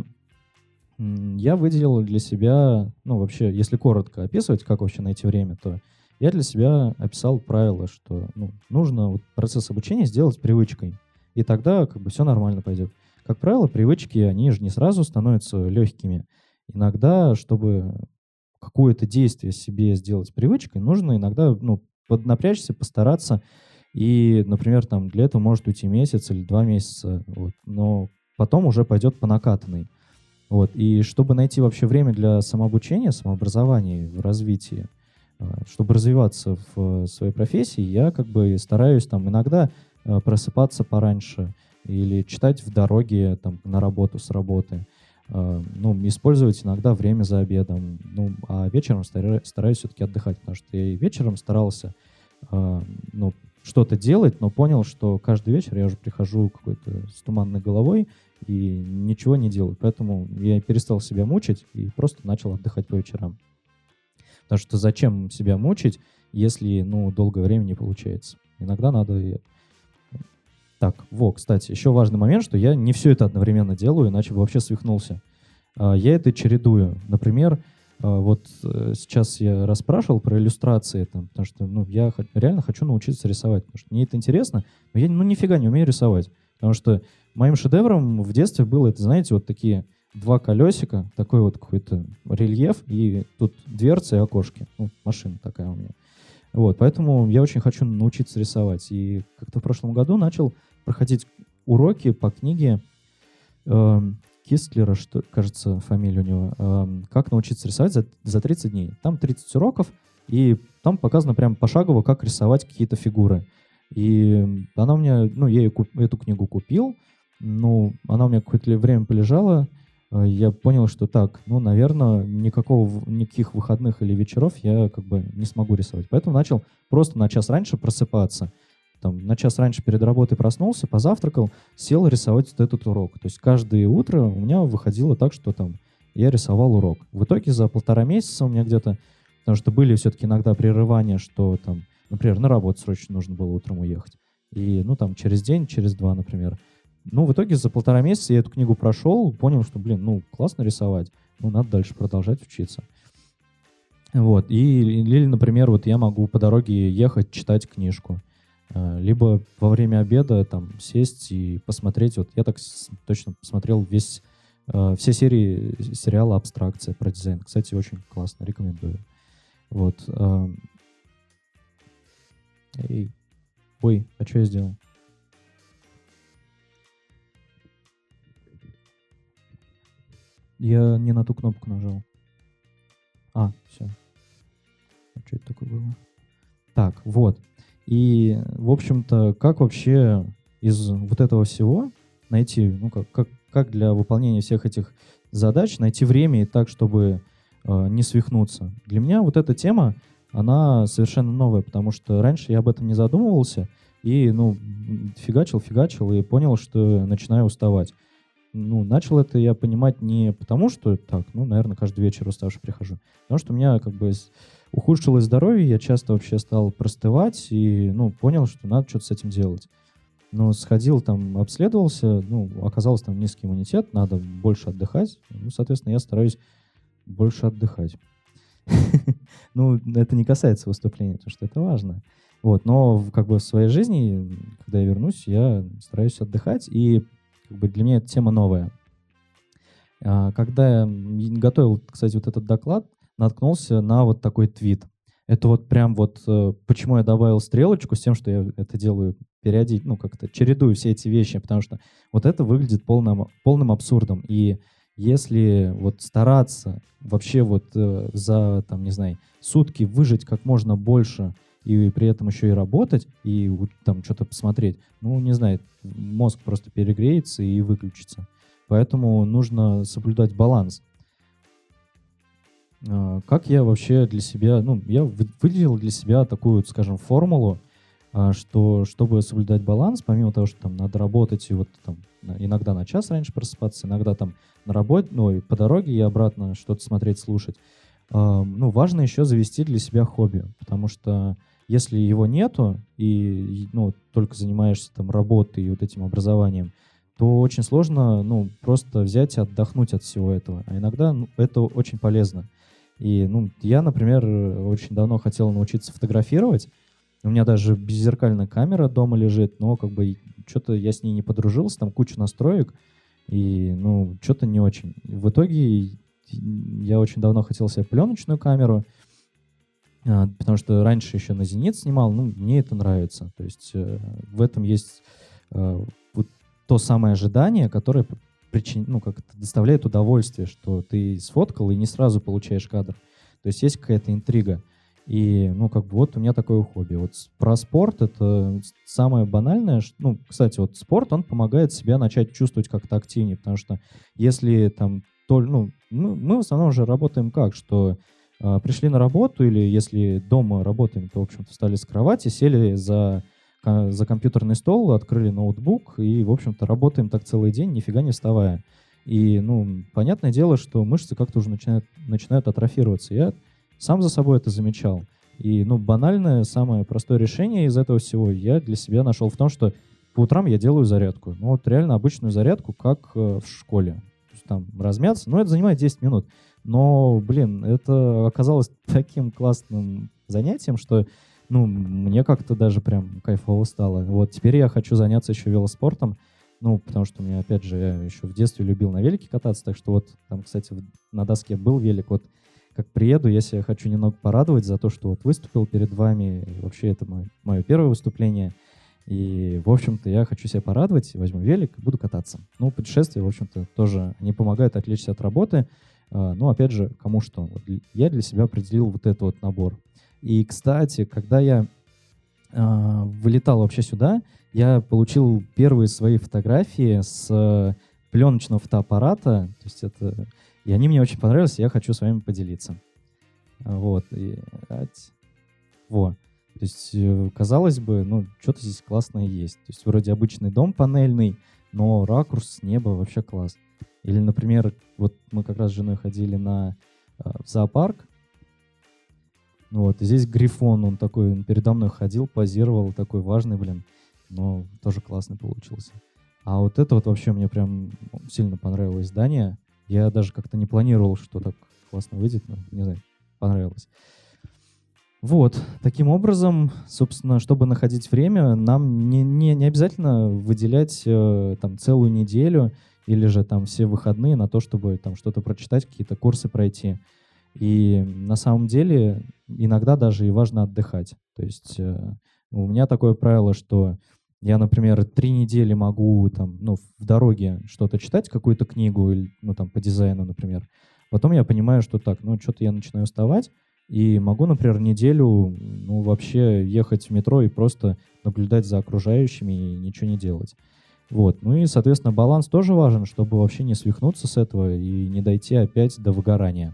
м, я выделил для себя, ну, вообще, если коротко описывать, как вообще найти время, то я для себя описал правило, что, ну, нужно вот процесс обучения сделать привычкой, и тогда как бы все нормально пойдет. Как правило, привычки, они же не сразу становятся легкими. Иногда, чтобы какое-то действие себе сделать привычкой, нужно иногда, ну, поднапрячься, постараться, и, например, там для этого может уйти месяц или два месяца, вот, но потом уже пойдет по накатанной. Вот. И чтобы найти вообще время для самообучения, самообразования, в развитии, а, чтобы развиваться в э, своей профессии, я как бы стараюсь там иногда э, просыпаться пораньше или читать в дороге там, на работу с работы, а, ну, использовать иногда время за обедом, ну, а вечером стара- стараюсь все-таки отдыхать, потому что я и вечером старался а, ну, что-то делать, но понял, что каждый вечер я уже прихожу какой-то с туманной головой и ничего не делаю. Поэтому я перестал себя мучить и просто начал отдыхать по вечерам. Потому что зачем себя мучить, если, ну, долгое время не получается? Иногда надо... и- Так, во, кстати, еще важный момент, что я не все это одновременно делаю, иначе бы вообще свихнулся. А, Я это чередую. Например, а, вот э, сейчас я расспрашивал про иллюстрации, там, потому что, ну, я хо- реально хочу научиться рисовать, потому что мне это интересно, но я, ну, нифига не умею рисовать. Потому что моим шедевром в детстве было, это, знаете, вот такие два колесика, такой вот какой-то рельеф, и тут дверцы и окошки. Ну, машина такая у меня. Вот, поэтому я очень хочу научиться рисовать. И как-то в прошлом году начал проходить уроки по книге эм, Кистлера, что, кажется, фамилия у него, эм, «Как научиться рисовать за, за тридцать дней». Там тридцать уроков, и там показано прям пошагово, как рисовать какие-то фигуры. И она у меня, ну, я ее куп- эту книгу купил, ну, она у меня какое-то ли- время полежала, э, я понял, что так, ну, наверное, никакого, в- никаких выходных или вечеров я как бы не смогу рисовать. Поэтому начал просто на час раньше просыпаться. Там, на час раньше перед работой проснулся, позавтракал, сел рисовать вот этот урок. То есть каждое утро у меня выходило так, что там я рисовал урок. В итоге за полтора месяца у меня где-то, потому что были все-таки иногда прерывания, что там, например, на работу срочно нужно было утром уехать. И, ну, там, через день, через два, например. Ну, в итоге за полтора месяца я эту книгу прошел, понял, что, блин, ну, классно рисовать, ну, надо дальше продолжать учиться. Вот. И, или, например, вот я могу по дороге ехать, читать книжку. Либо во время обеда там сесть и посмотреть. Вот я так точно посмотрел весь, все серии сериала «Абстракция» про дизайн. Кстати, очень классно, рекомендую. Вот. Эй. Ой, а что я сделал? Я не на ту кнопку нажал. А, все. А что это такое было? Так, вот. И, в общем-то, как вообще из вот этого всего найти, ну, как, как, как для выполнения всех этих задач найти время и так, чтобы э, не свихнуться? Для меня вот эта тема, она совершенно новая, потому что раньше я об этом не задумывался и, ну, фигачил, фигачил и понял, что начинаю уставать. Ну, начал это я понимать не потому, что так, ну, наверное, каждый вечер уставший прихожу, потому что у меня как бы ухудшилось здоровье, я часто вообще стал простывать и, ну, понял, что надо что-то с этим делать. Ну, сходил там, обследовался, ну, оказалось там низкий иммунитет, надо больше отдыхать. Ну, соответственно, я стараюсь больше отдыхать. Ну, это не касается выступления, потому что это важно. Вот, но как бы в своей жизни, когда я вернусь, я стараюсь отдыхать, и как бы для меня эта тема новая. Когда я готовил, кстати, вот этот доклад, наткнулся на вот такой твит. Это вот прям вот почему я добавил стрелочку с тем, что я это делаю периодически, ну, как-то чередую все эти вещи, потому что вот это выглядит полным, полным абсурдом. И если вот стараться вообще вот за, там, не знаю, сутки выжить как можно больше и при этом еще и работать, и там что-то посмотреть, ну, не знаю, мозг просто перегреется и выключится. Поэтому нужно соблюдать баланс. Как я вообще для себя, ну, я выделил для себя такую, скажем, формулу, что чтобы соблюдать баланс, помимо того, что там надо работать и вот там иногда на час раньше просыпаться, иногда там на работе, ну, по дороге и обратно что-то смотреть, слушать, ну, важно еще завести для себя хобби, потому что если его нету и, ну, только занимаешься там работой и вот этим образованием, то очень сложно, ну, просто взять и отдохнуть от всего этого. А иногда, ну, это очень полезно. И, ну, я, например, очень давно хотел научиться фотографировать. У меня даже беззеркальная камера дома лежит, но как бы что-то я с ней не подружился, там куча настроек, и, ну, что-то не очень. В итоге я очень давно хотел себе пленочную камеру, потому что раньше еще на «Зенит» снимал, ну, мне это нравится. То есть в этом есть вот то самое ожидание, которое причин, ну, как это доставляет удовольствие, что ты сфоткал и не сразу получаешь кадр. То есть есть какая-то интрига. И, ну, как бы вот у меня такое хобби. Вот про спорт это самое банальное. Ну, кстати, вот спорт, он помогает себя начать чувствовать как-то активнее, потому что если там, то, ну, мы, мы в основном уже работаем как, что э, пришли на работу или если дома работаем, то, в общем-то, встали с кровати, сели за, за компьютерный стол, открыли ноутбук и, в общем-то, работаем так целый день, нифига не вставая. И, ну, понятное дело, что мышцы как-то уже начинают, начинают атрофироваться. Я сам за собой это замечал. И, ну, банальное, самое простое решение из этого всего я для себя нашел в том, что по утрам я делаю зарядку. Ну, вот реально обычную зарядку, как э, в школе. То есть, там размяться, ну, это занимает десять минут. Но, блин, это оказалось таким классным занятием, что, ну, мне как-то даже прям кайфово стало. Вот теперь я хочу заняться еще велоспортом. Ну, потому что у меня, опять же, я еще в детстве любил на велике кататься, так что вот там, кстати, на доске был велик, вот как приеду, я себя хочу немного порадовать за то, что вот выступил перед вами. И вообще это мое, мое первое выступление. И, в общем-то, я хочу себя порадовать, возьму велик и буду кататься. Ну, путешествия, в общем-то, тоже не помогают отвлечься от работы. Ну, опять же, кому что. Вот я для себя определил вот этот вот набор. И, кстати, когда я э, вылетал вообще сюда, я получил первые свои фотографии с пленочного фотоаппарата. То есть это... И они мне очень понравились, и я хочу с вами поделиться. Вот. И... Во. То есть, казалось бы, ну, что-то здесь классное есть. То есть, вроде обычный дом панельный, но ракурс с неба вообще класс. Или, например, вот мы как раз с женой ходили на, в зоопарк. Вот, и здесь грифон, он такой, он передо мной ходил, позировал, такой важный, блин, но тоже классный получился. А вот это вот вообще мне прям сильно понравилось здание. Я даже как-то не планировал, что так классно выйдет, но, не знаю, понравилось. Вот, таким образом, собственно, чтобы находить время, нам не, не, не обязательно выделять э, там целую неделю или же там все выходные на то, чтобы там что-то прочитать, какие-то курсы пройти. И на самом деле иногда даже и важно отдыхать. То есть э, у меня такое правило, что я, например, три недели могу там, ну, в дороге что-то читать, какую-то книгу, или, ну, там, по дизайну, например. Потом я понимаю, что так, ну, что-то я начинаю уставать, и могу, например, неделю, ну, вообще ехать в метро и просто наблюдать за окружающими и ничего не делать. Вот. Ну и, соответственно, баланс тоже важен, чтобы вообще не свихнуться с этого и не дойти опять до выгорания.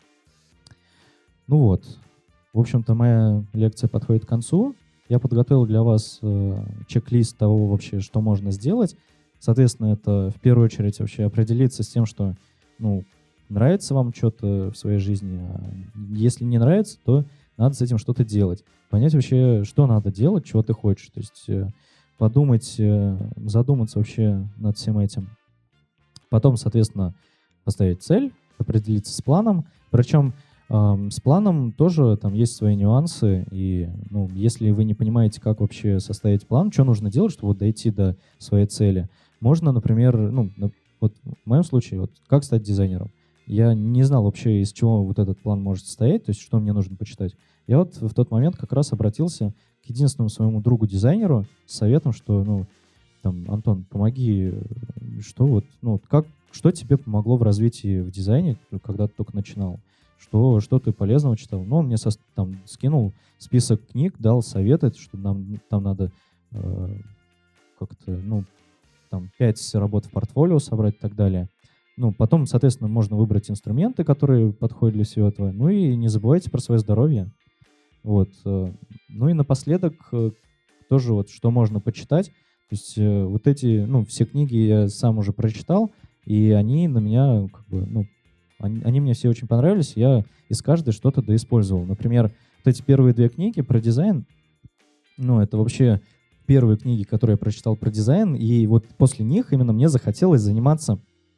Ну вот, в общем-то, моя лекция подходит к концу. Я подготовил для вас э, чек-лист того вообще, что можно сделать. Соответственно, это в первую очередь вообще определиться с тем, что, ну, нравится вам что-то в своей жизни. А если не нравится, то надо с этим что-то делать. Понять вообще, что надо делать, чего ты хочешь. То есть э, подумать, э, задуматься вообще над всем этим. Потом, соответственно, поставить цель, определиться с планом. Причем с планом тоже там есть свои нюансы, и ну, если вы не понимаете, как вообще составить план, что нужно делать, чтобы вот дойти до своей цели, можно, например, ну, вот в моем случае, вот как стать дизайнером. Я не знал вообще, из чего вот этот план может состоять, то есть что мне нужно почитать. Я вот в тот момент как раз обратился к единственному своему другу-дизайнеру с советом, что, ну, там, Антон, помоги, что вот, ну, как, что тебе помогло в развитии в дизайне, когда ты только начинал? Что, что ты полезного читал? Ну, он мне со, там скинул список книг, дал советы, что нам там надо э, как-то, ну, там, пять работ в портфолио собрать и так далее. Ну, потом, соответственно, можно выбрать инструменты, которые подходят для всего этого. Ну и не забывайте про свое здоровье. Вот. Ну и напоследок тоже вот, что можно почитать. То есть вот эти, ну, все книги я сам уже прочитал, и они на меня, как бы, ну, Они, они мне все очень понравились, я из каждой что-то доиспользовал. Например, вот эти первые две книги про дизайн, ну, это вообще первые книги, которые я прочитал про дизайн, и вот после них именно мне захотелось заниматься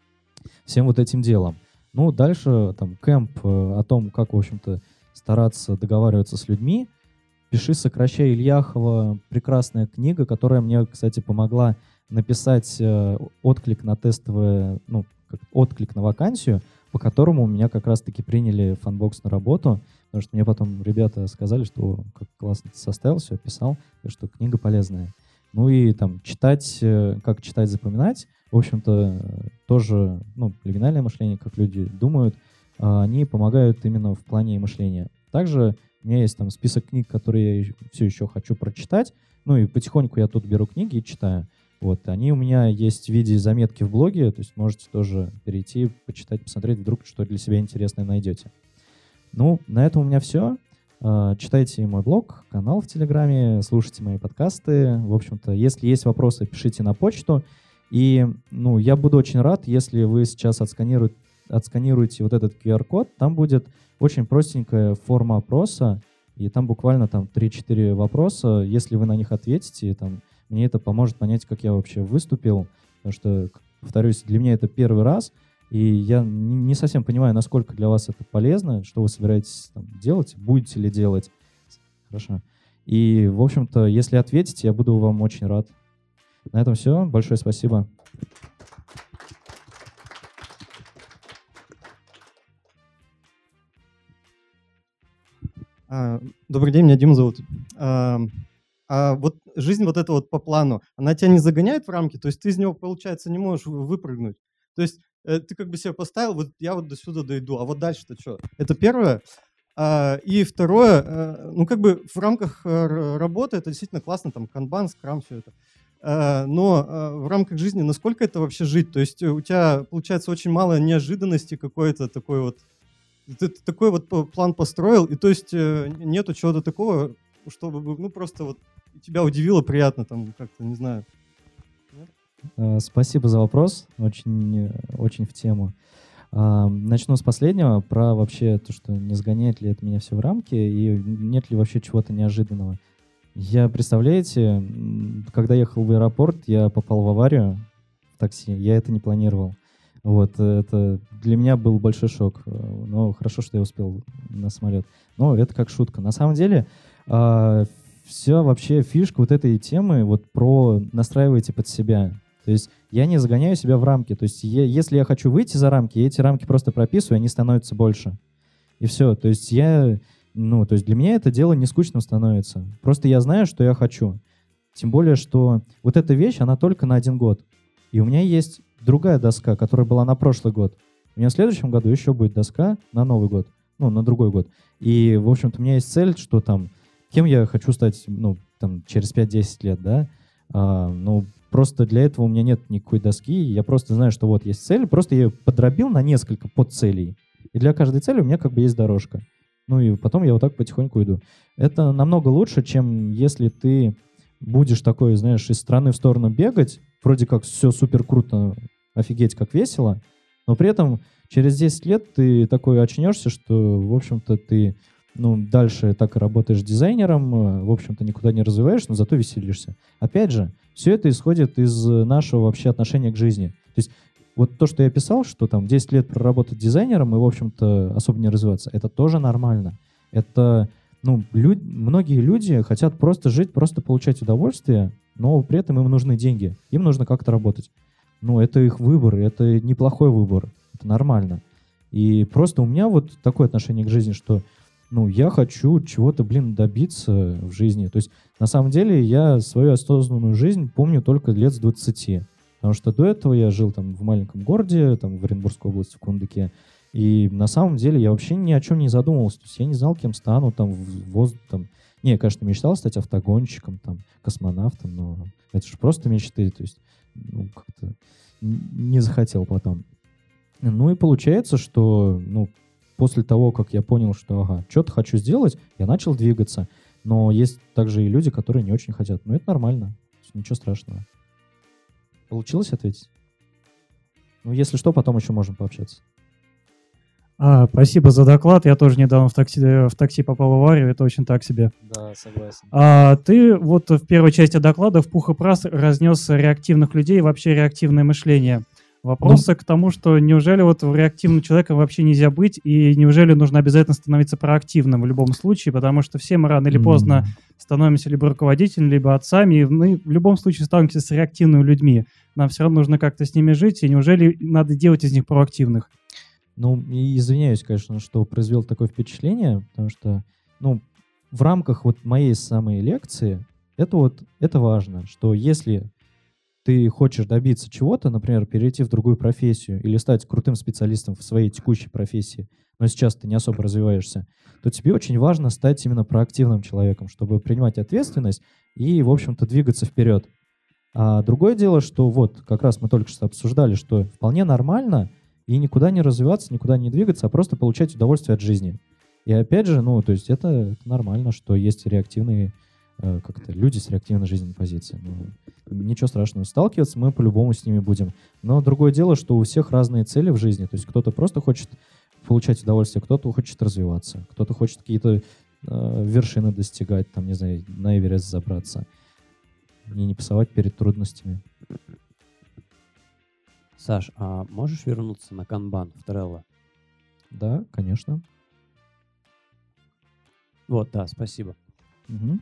всем вот этим делом. Ну, дальше там кэмп о том, как, в общем-то, стараться договариваться с людьми. «Пиши, сокращай» Ильяхова, прекрасная книга, которая мне, кстати, помогла написать э, отклик на тестовое, ну, как отклик на вакансию, по которому у меня как раз-таки приняли Funbox на работу, потому что мне потом ребята сказали, что как классно ты составил, все описал, что книга полезная. Ну и там читать, как читать, запоминать, в общем-то, тоже, ну, лигинальное мышление, как люди думают, они помогают именно в плане мышления. Также у меня есть там список книг, которые я все еще хочу прочитать, ну и потихоньку я тут беру книги и читаю. Вот, они у меня есть в виде заметки в блоге, то есть можете тоже перейти, почитать, посмотреть, вдруг что для себя интересное найдете. Ну, на этом у меня все. Читайте мой блог, канал в Телеграме, слушайте мои подкасты. В общем-то, если есть вопросы, пишите на почту. И, ну, я буду очень рад, если вы сейчас отсканируете, отсканируете вот этот ку ар-код. Там будет очень простенькая форма опроса, и там буквально там три-четыре вопроса. Если вы на них ответите, там, мне это поможет понять, как я вообще выступил, потому что, повторюсь, для меня это первый раз, и я не совсем понимаю, насколько для вас это полезно, что вы собираетесь там делать, будете ли делать. Хорошо. И, в общем-то, если ответите, я буду вам очень рад. На этом все. Большое спасибо. Добрый день, меня Дима зовут. А вот жизнь вот эта вот по плану, она тебя не загоняет в рамки? То есть ты из него, получается, не можешь выпрыгнуть? То есть ты как бы себе поставил, вот я вот до сюда дойду, а вот дальше-то что? Это первое. И второе, ну как бы в рамках работы это действительно классно, там канбан, скрам, все это. Но в рамках жизни насколько это вообще жить? То есть у тебя, получается, очень мало неожиданности какой-то такой вот. Ты такой вот план построил, и то есть нету чего-то такого, чтобы, ну, просто вот тебя удивило приятно, там, как-то, не знаю. э, спасибо за вопрос, очень, очень в тему. А, начну с последнего, про вообще то, что не сгоняет ли это меня все в рамки, и нет ли вообще чего-то неожиданного. Я, представляете, м, когда ехал в аэропорт, я попал в аварию в такси, я это не планировал. Вот, это для меня был большой шок, э, но хорошо, что я успел на самолет. Но это как шутка. На самом деле, а, вся вообще фишка вот этой темы вот про настраивайте под себя. То есть я не загоняю себя в рамки. То есть я, если я хочу выйти за рамки, я эти рамки просто прописываю, они становятся больше. И все. То есть я, ну, то есть для меня это дело не скучным становится. Просто я знаю, что я хочу. Тем более, что вот эта вещь, она только на один год. И у меня есть другая доска, которая была на прошлый год. У меня в следующем году еще будет доска на Новый год. Ну, на другой год. И, в общем-то, у меня есть цель, что там, кем я хочу стать, ну, там, через пять-десять лет, да. А, ну, просто для этого у меня нет никакой доски. Я просто знаю, что вот есть цель. Просто я ее подробил на несколько подцелей. И для каждой цели у меня как бы есть дорожка. Ну, и потом я вот так потихоньку иду. Это намного лучше, чем если ты будешь такой, знаешь, из стороны в сторону бегать, вроде как все супер круто, офигеть, как весело, но при этом через десять лет ты такой очнешься, что, в общем-то, ты, ну, дальше так и работаешь дизайнером, в общем-то, никуда не развиваешь, но зато веселишься. Опять же, все это исходит из нашего вообще отношения к жизни. То есть вот то, что я писал, что там десять лет проработать дизайнером и, в общем-то, особо не развиваться, это тоже нормально. Это... Ну, люд... многие люди хотят просто жить, просто получать удовольствие, но при этом им нужны деньги, им нужно как-то работать. Ну, это их выбор, это неплохой выбор, это нормально. И просто у меня вот такое отношение к жизни, что, ну, я хочу чего-то, блин, добиться в жизни. То есть, на самом деле, я свою осознанную жизнь помню только лет с двадцати, потому что до этого я жил там в маленьком городе, там в Оренбургской области, в Кундыке. И на самом деле я вообще ни о чем не задумывался. То есть я не знал, кем стану там в воздух. Там. Не, я, конечно, мечтал стать автогонщиком, там, космонавтом, но это же просто мечты. То есть, ну, как-то не захотел потом. Ну и получается, что, ну, после того, как я понял, что, ага, что-то хочу сделать, я начал двигаться. Но есть также и люди, которые не очень хотят. Но это нормально. Ничего страшного. Получилось ответить? Ну, если что, потом еще можем пообщаться. А, спасибо за доклад. Я тоже недавно в такси, в такси попал в аварию. Это очень так себе. Да, согласен. А, ты вот в первой части доклада в пух и прах разнес реактивных людей и вообще реактивное мышление. Вопросы ну, к тому, что неужели вот реактивным человеком вообще нельзя быть, и неужели нужно обязательно становиться проактивным в любом случае, потому что все мы рано или поздно mm. становимся либо руководителями, либо отцами, и мы в любом случае сталкиваемся с реактивными людьми. Нам все равно нужно как-то с ними жить, и неужели надо делать из них проактивных? Ну, и извиняюсь, конечно, что произвел такое впечатление, потому что, ну, в рамках вот моей самой лекции это вот, это важно, что если ты хочешь добиться чего-то, например, перейти в другую профессию или стать крутым специалистом в своей текущей профессии, но сейчас ты не особо развиваешься, то тебе очень важно стать именно проактивным человеком, чтобы принимать ответственность и, в общем-то, двигаться вперед. А другое дело, что вот как раз мы только что обсуждали, что вполне нормально и никуда не развиваться, никуда не двигаться, а просто получать удовольствие от жизни. И опять же, ну, то есть это, это нормально, что есть реактивные э, как-то люди с реактивной жизненной позицией. Ну, ничего страшного. Сталкиваться мы по-любому с ними будем. Но другое дело, что у всех разные цели в жизни. То есть кто-то просто хочет получать удовольствие, кто-то хочет развиваться, кто-то хочет какие-то э, вершины достигать, там, не знаю, на Эверест забраться. И не пасовать перед трудностями. Саш, а можешь вернуться на канбан в Trello? Да, конечно. Вот, да, спасибо. Угу.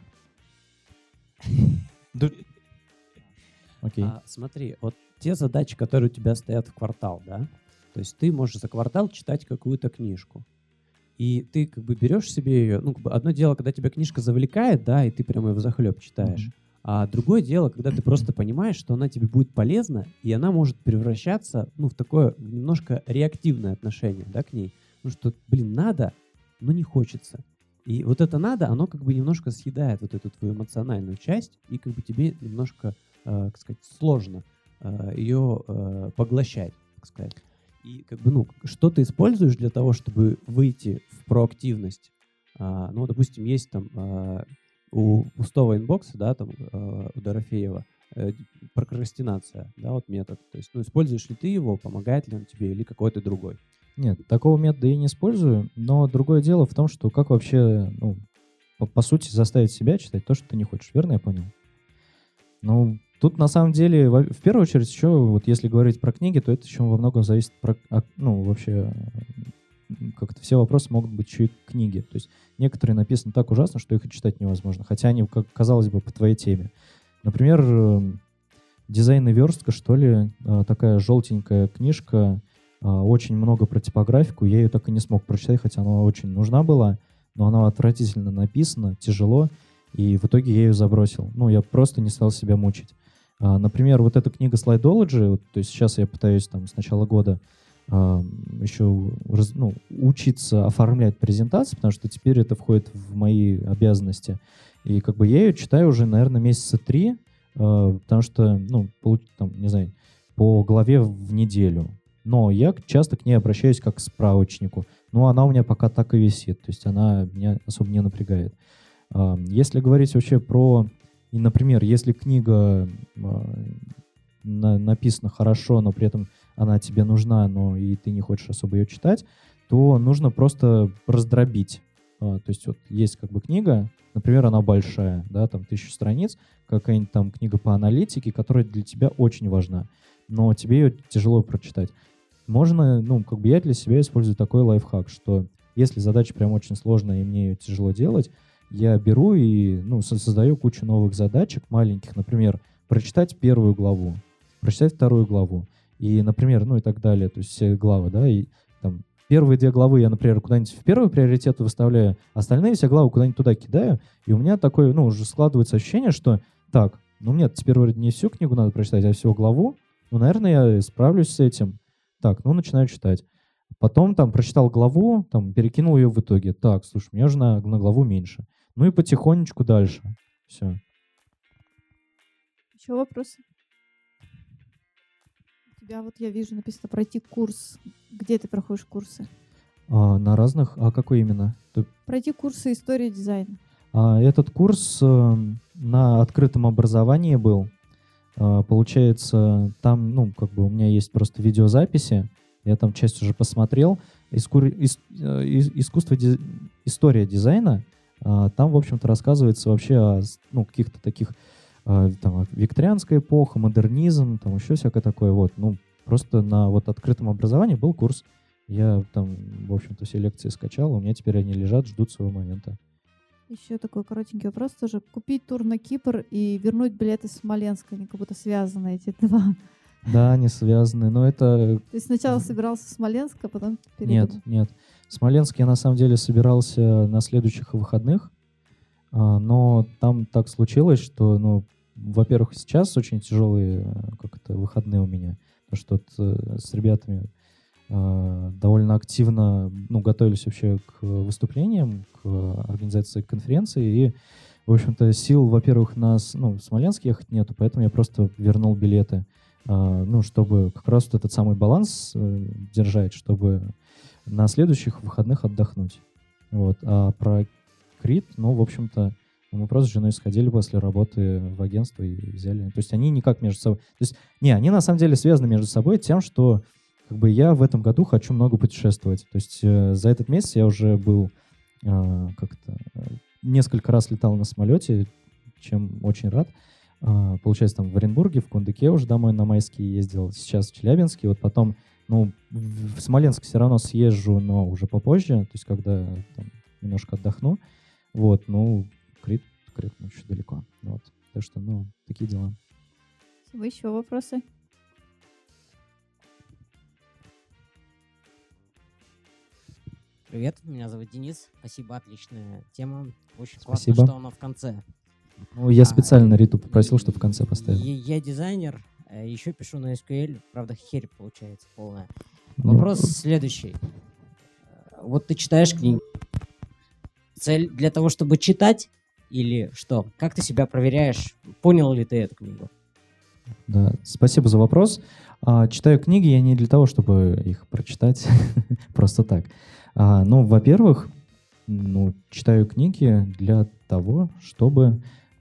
Окей. А, смотри, вот те задачи, которые у тебя стоят в квартал, да? То есть ты можешь за квартал читать какую-то книжку. И ты как бы берешь себе ее, ну, как бы одно дело, когда тебя книжка завлекает, да, и ты прямо ее взахлеб читаешь. Mm-hmm. А другое дело, когда ты просто понимаешь, что она тебе будет полезна, и она может превращаться, ну, в такое немножко реактивное отношение, да, к ней. Ну, что, блин, надо, но не хочется. И вот это надо, оно как бы немножко съедает вот эту твою эмоциональную часть, и как бы тебе немножко, э, как сказать, сложно э, ее э, поглощать, так сказать. И как бы, ну, что ты используешь для того, чтобы выйти в проактивность? А, ну, допустим, есть там... А, у пустого инбокса, да, там, э, у Дорофеева, э, прокрастинация, да, вот метод. То есть, ну, используешь ли ты его, помогает ли он тебе или какой-то другой? Нет, такого метода я не использую, но другое дело в том, что как вообще, ну, по, по сути, заставить себя читать то, что ты не хочешь. Верно я понял? Ну, тут на самом деле, во- в первую очередь, еще, вот если говорить про книги, то это еще во многом зависит про, а, ну, вообще, м, как-то все вопросы могут быть еще и книги. То есть некоторые написаны так ужасно, что их и читать невозможно, хотя они, как казалось бы, по твоей теме. Например, эм, «Дизайн и верстка», что ли, а, такая желтенькая книжка, а, очень много про типографику, я ее так и не смог прочитать, хотя она очень нужна была, но она отвратительно написана, тяжело, и в итоге я ее забросил. Ну, я просто не стал себя мучить. А, например, вот эта книга Slideology, вот, то есть сейчас я пытаюсь там с начала года а, еще раз- ну, учиться оформлять презентации, потому что теперь это входит в мои обязанности. И как бы я ее читаю уже, наверное, месяца три, а, потому что, ну, получ- там, не знаю, по главе в неделю. Но я к- часто к ней обращаюсь как к справочнику. Но она у меня пока так и висит, то есть она меня особо не напрягает. А, Если говорить вообще про, и, например, если книга а, на- написана хорошо, но при этом она тебе нужна, но и ты не хочешь особо ее читать, то нужно просто раздробить. А, То есть вот есть как бы книга, например, она большая, да, там тысяча страниц, какая-нибудь там книга по аналитике, которая для тебя очень важна, но тебе ее тяжело прочитать. Можно, ну, как бы я для себя использую такой лайфхак, что если задача прям очень сложная и мне ее тяжело делать, я беру и, ну, со- создаю кучу новых задачек маленьких, например, прочитать первую главу, прочитать вторую главу, и, например, ну и так далее, то есть все главы, да, и там первые две главы я, например, куда-нибудь в первый приоритет выставляю, остальные все главы куда-нибудь туда кидаю, и у меня такое, ну, уже складывается ощущение, что так, ну мне теперь вроде не всю книгу надо прочитать, а всего главу, ну, наверное, я справлюсь с этим. Так, ну, начинаю читать. Потом там прочитал главу, там перекинул ее в итоге. Так, слушай, мне уже на, на главу меньше. Ну и потихонечку дальше. Все. Еще вопросы? У тебя вот я вижу написано пройти курс. Где ты проходишь курсы? А, на разных... А какой именно? Ты- Пройти курсы истории дизайна. а, этот курс э, на открытом образовании был. А, получается, там, ну, как бы у меня есть просто видеозаписи. Я там часть уже посмотрел. Иску- ис- э, ис- искусство, диз- история дизайна. а, Там, в общем-то, рассказывается вообще о с- ну, каких-то таких а, там, викторианская эпоха, модернизм, там еще всякое такое. Вот. Ну, просто на вот открытом образовании был курс. Я там, в общем-то, все лекции скачал. У меня теперь они лежат, ждут своего момента. Еще такой коротенький вопрос тоже. Купить тур на Кипр и вернуть билеты из Смоленска. Они как будто связаны, эти два. Да, они связаны, но это... То есть сначала собирался в Смоленск, а потом Нет, передумал. нет. Смоленск я на самом деле собирался на следующих выходных, а, но там так случилось, что, ну, во-первых, сейчас очень тяжелые э, как это, выходные у меня, потому что вот, э, с ребятами а, довольно активно, ну, готовились вообще к выступлениям, к организации конференции, и, в общем-то, сил, во-первых, нас, ну, в Смоленск ехать нету, поэтому я просто вернул билеты, а, ну, чтобы как раз вот этот самый баланс э, держать, чтобы на следующих выходных отдохнуть. Вот. А про Крит, ну, в общем-то, мы просто с женой сходили после работы в агентство и взяли. То есть они никак между собой... То есть, не, они на самом деле связаны между собой тем, что как бы я в этом году хочу много путешествовать. То есть э, за этот месяц я уже был э, как-то э, несколько раз летал на самолете, чем очень рад. Э, получается, там в Оренбурге, в Кундыке уже домой на майские ездил, сейчас в Челябинске. Вот потом, ну, в в Смоленск все равно съезжу, но уже попозже, то есть когда там, немножко отдохну. Вот, ну, Крит, Крит ну, еще далеко. Вот. Так что, ну, такие дела. Спасибо. Еще вопросы? Привет, меня зовут Денис. Спасибо, отличная тема. Очень Спасибо. классно, что она в конце. Ну, я А, специально Риту попросил, чтобы в конце поставил. Я, я дизайнер, э, еще пишу на эс кью эль, правда, херь получается полная. Ну, Вопрос следующий. Э, Вот ты читаешь книги. Цель для того, чтобы читать или что? Как ты себя проверяешь? Понял ли ты эту книгу? Да, спасибо за вопрос. А, читаю книги я не для того, чтобы их прочитать просто так. А, ну, во-первых, ну, читаю книги для того, чтобы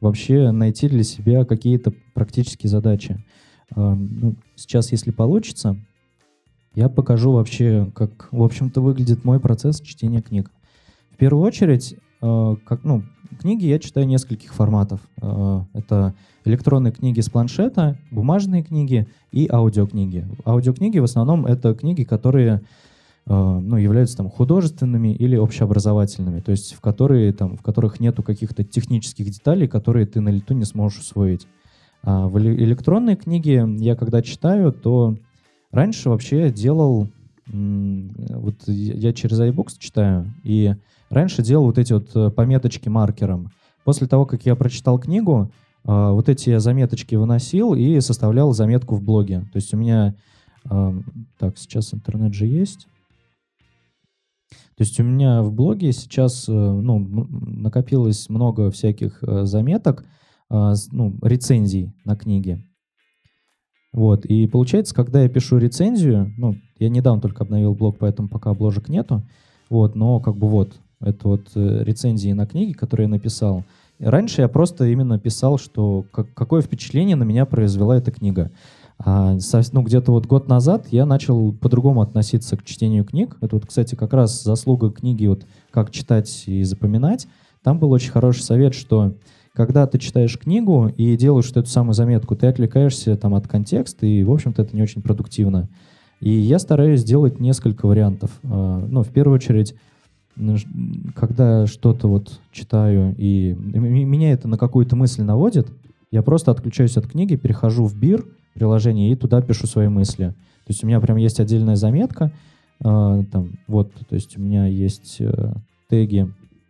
вообще найти для себя какие-то практические задачи. А, ну, сейчас, если получится, я покажу вообще, как, в общем-то, выглядит мой процесс чтения книг. В первую очередь, а, как, ну, книги я читаю нескольких форматов. А, это электронные книги с планшета, бумажные книги и аудиокниги. Аудиокниги в основном это книги, которые ну, являются там художественными или общеобразовательными, то есть в, которые, там, в которых нету каких-то технических деталей, которые ты на лету не сможешь усвоить. А в электронные книги я когда читаю, то раньше вообще делал, вот я через iBooks читаю, и раньше делал вот эти вот пометочки маркером. После того, как я прочитал книгу, вот эти заметочки выносил и составлял заметку в блоге. То есть у меня, так, сейчас интернет же есть. То есть у меня в блоге сейчас ну, накопилось много всяких заметок, ну, рецензий на книги. Вот. И получается, когда я пишу рецензию, ну, я недавно только обновил блог, поэтому пока обложек нету, вот, но как бы вот, это вот рецензии на книги, которые я написал. Раньше я просто именно писал, что как, какое впечатление на меня произвела эта книга. А, ну, где-то вот год назад я начал по-другому относиться к чтению книг. Это вот, кстати, как раз заслуга книги вот «Как читать и запоминать». Там был очень хороший совет, что когда ты читаешь книгу и делаешь эту самую заметку, ты отвлекаешься там от контекста, и, в общем-то, это не очень продуктивно. И я стараюсь делать несколько вариантов. Ну, в первую очередь, когда что-то вот читаю, и меня это на какую-то мысль наводит, я просто отключаюсь от книги, перехожу в бир, приложение, и туда пишу свои мысли. То есть у меня прям есть отдельная заметка, э, там, вот, то есть у меня есть э, теги,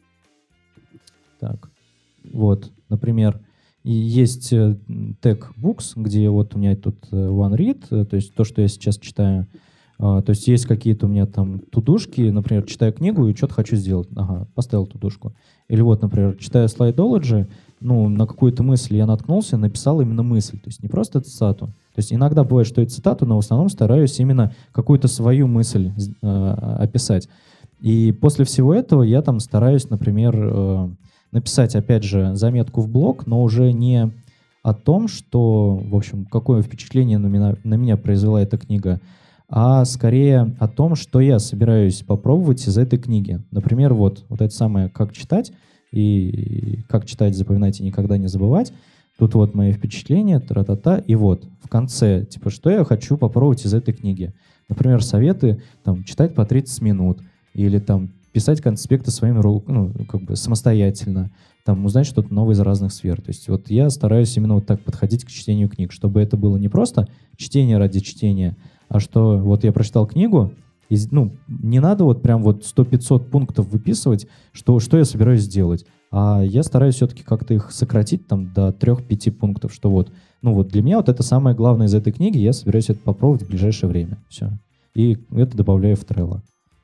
так, вот, например, и есть э, тег books, где вот у меня тут э, one read, э, то есть то, что я сейчас читаю, э, то есть есть какие-то у меня там тудушки, например, читаю книгу и что-то хочу сделать, ага, поставил тудушку. Или вот, например, читаю Slideology, ну, на какую-то мысль я наткнулся, написал именно мысль, то есть не просто цитату. То есть иногда бывает, что это цитату, но в основном стараюсь именно какую-то свою мысль э, описать. И после всего этого я там стараюсь, например, э, написать, опять же, заметку в блог, но уже не о том, что, в общем, какое впечатление на меня, на меня произвела эта книга, а скорее о том, что я собираюсь попробовать из этой книги. Например, вот, вот это самое «Как читать», и «Как читать, запоминать и никогда не забывать». Тут вот мои впечатления, тра-та-та, и вот в конце, типа, что я хочу попробовать из этой книги. Например, советы там, читать по тридцать минут, или там писать конспекты своими руками, ну, как бы самостоятельно, там узнать что-то новое из разных сфер. То есть вот я стараюсь именно вот так подходить к чтению книг, чтобы это было не просто чтение ради чтения, а что вот я прочитал книгу, и, ну, не надо вот прям вот сто-пятьсот пунктов выписывать, что, что я собираюсь сделать. А я стараюсь все-таки как-то их сократить там до трех-пяти пунктов, что вот, ну вот для меня вот это самое главное из этой книги, я собираюсь это попробовать в ближайшее время. Все. И это добавляю в Trello.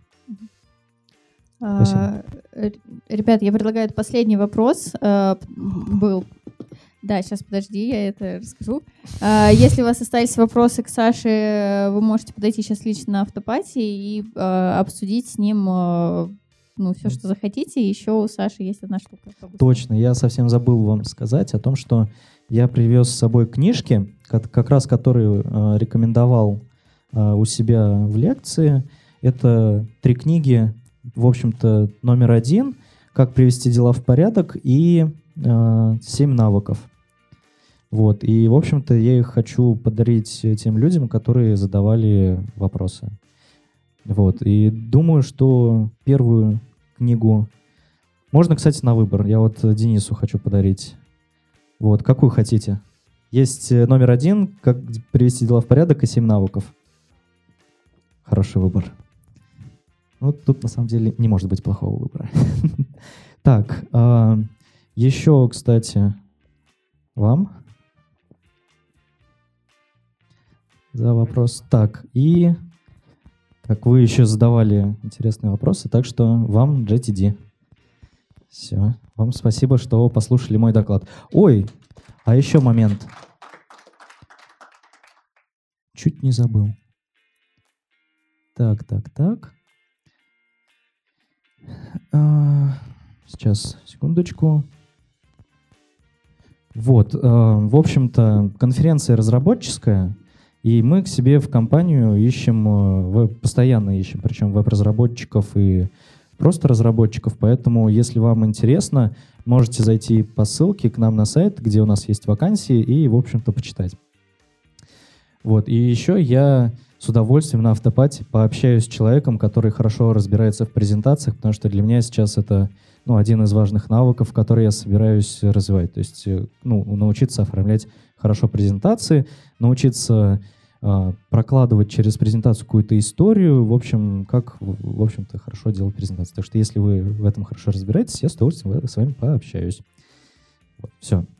А, ребят, я предлагаю последний вопрос. А, был. Да, сейчас подожди, я это расскажу. А, если у вас остались вопросы к Саше, вы можете подойти сейчас лично на автопати и а, обсудить с ним а, ну, все, что захотите. Еще у Саши есть одна штука. Точно, я совсем забыл вам сказать о том, что я привез с собой книжки, как, как раз которые э, рекомендовал э, у себя в лекции. Это три книги, в общем-то, номер один «Как привести дела в порядок» и э, «Семь навыков». Вот, и, в общем-то, я их хочу подарить тем людям, которые задавали вопросы. Вот, и думаю, что первую книгу можно, кстати, на выбор. Я вот Денису хочу подарить. Вот, какую хотите? Есть номер один, как привести дела в порядок, и семь навыков. Хороший выбор. Ну, тут, на самом деле, не может быть плохого выбора. Так, еще, кстати, вам за вопрос. Так, и так, вы еще задавали интересные вопросы, так что вам джей ти ди. Все. Вам спасибо, что послушали мой доклад. Ой, а еще момент. Чуть не забыл. Так, так, так. А, сейчас, секундочку. Вот, э, в общем-то, конференция разработческая, и мы к себе в компанию ищем, э, веб, постоянно ищем, причем веб-разработчиков и просто разработчиков, поэтому, если вам интересно, можете зайти по ссылке к нам на сайт, где у нас есть вакансии, и, в общем-то, почитать. Вот, и еще я с удовольствием на автопате пообщаюсь с человеком, который хорошо разбирается в презентациях, потому что для меня сейчас это, ну, один из важных навыков, который я собираюсь развивать. То есть, ну, научиться оформлять хорошо презентации, научиться э, прокладывать через презентацию какую-то историю, в общем, как, в общем-то, хорошо делать презентацию. Так что, если вы в этом хорошо разбираетесь, я с удовольствием с вами пообщаюсь. Вот, все.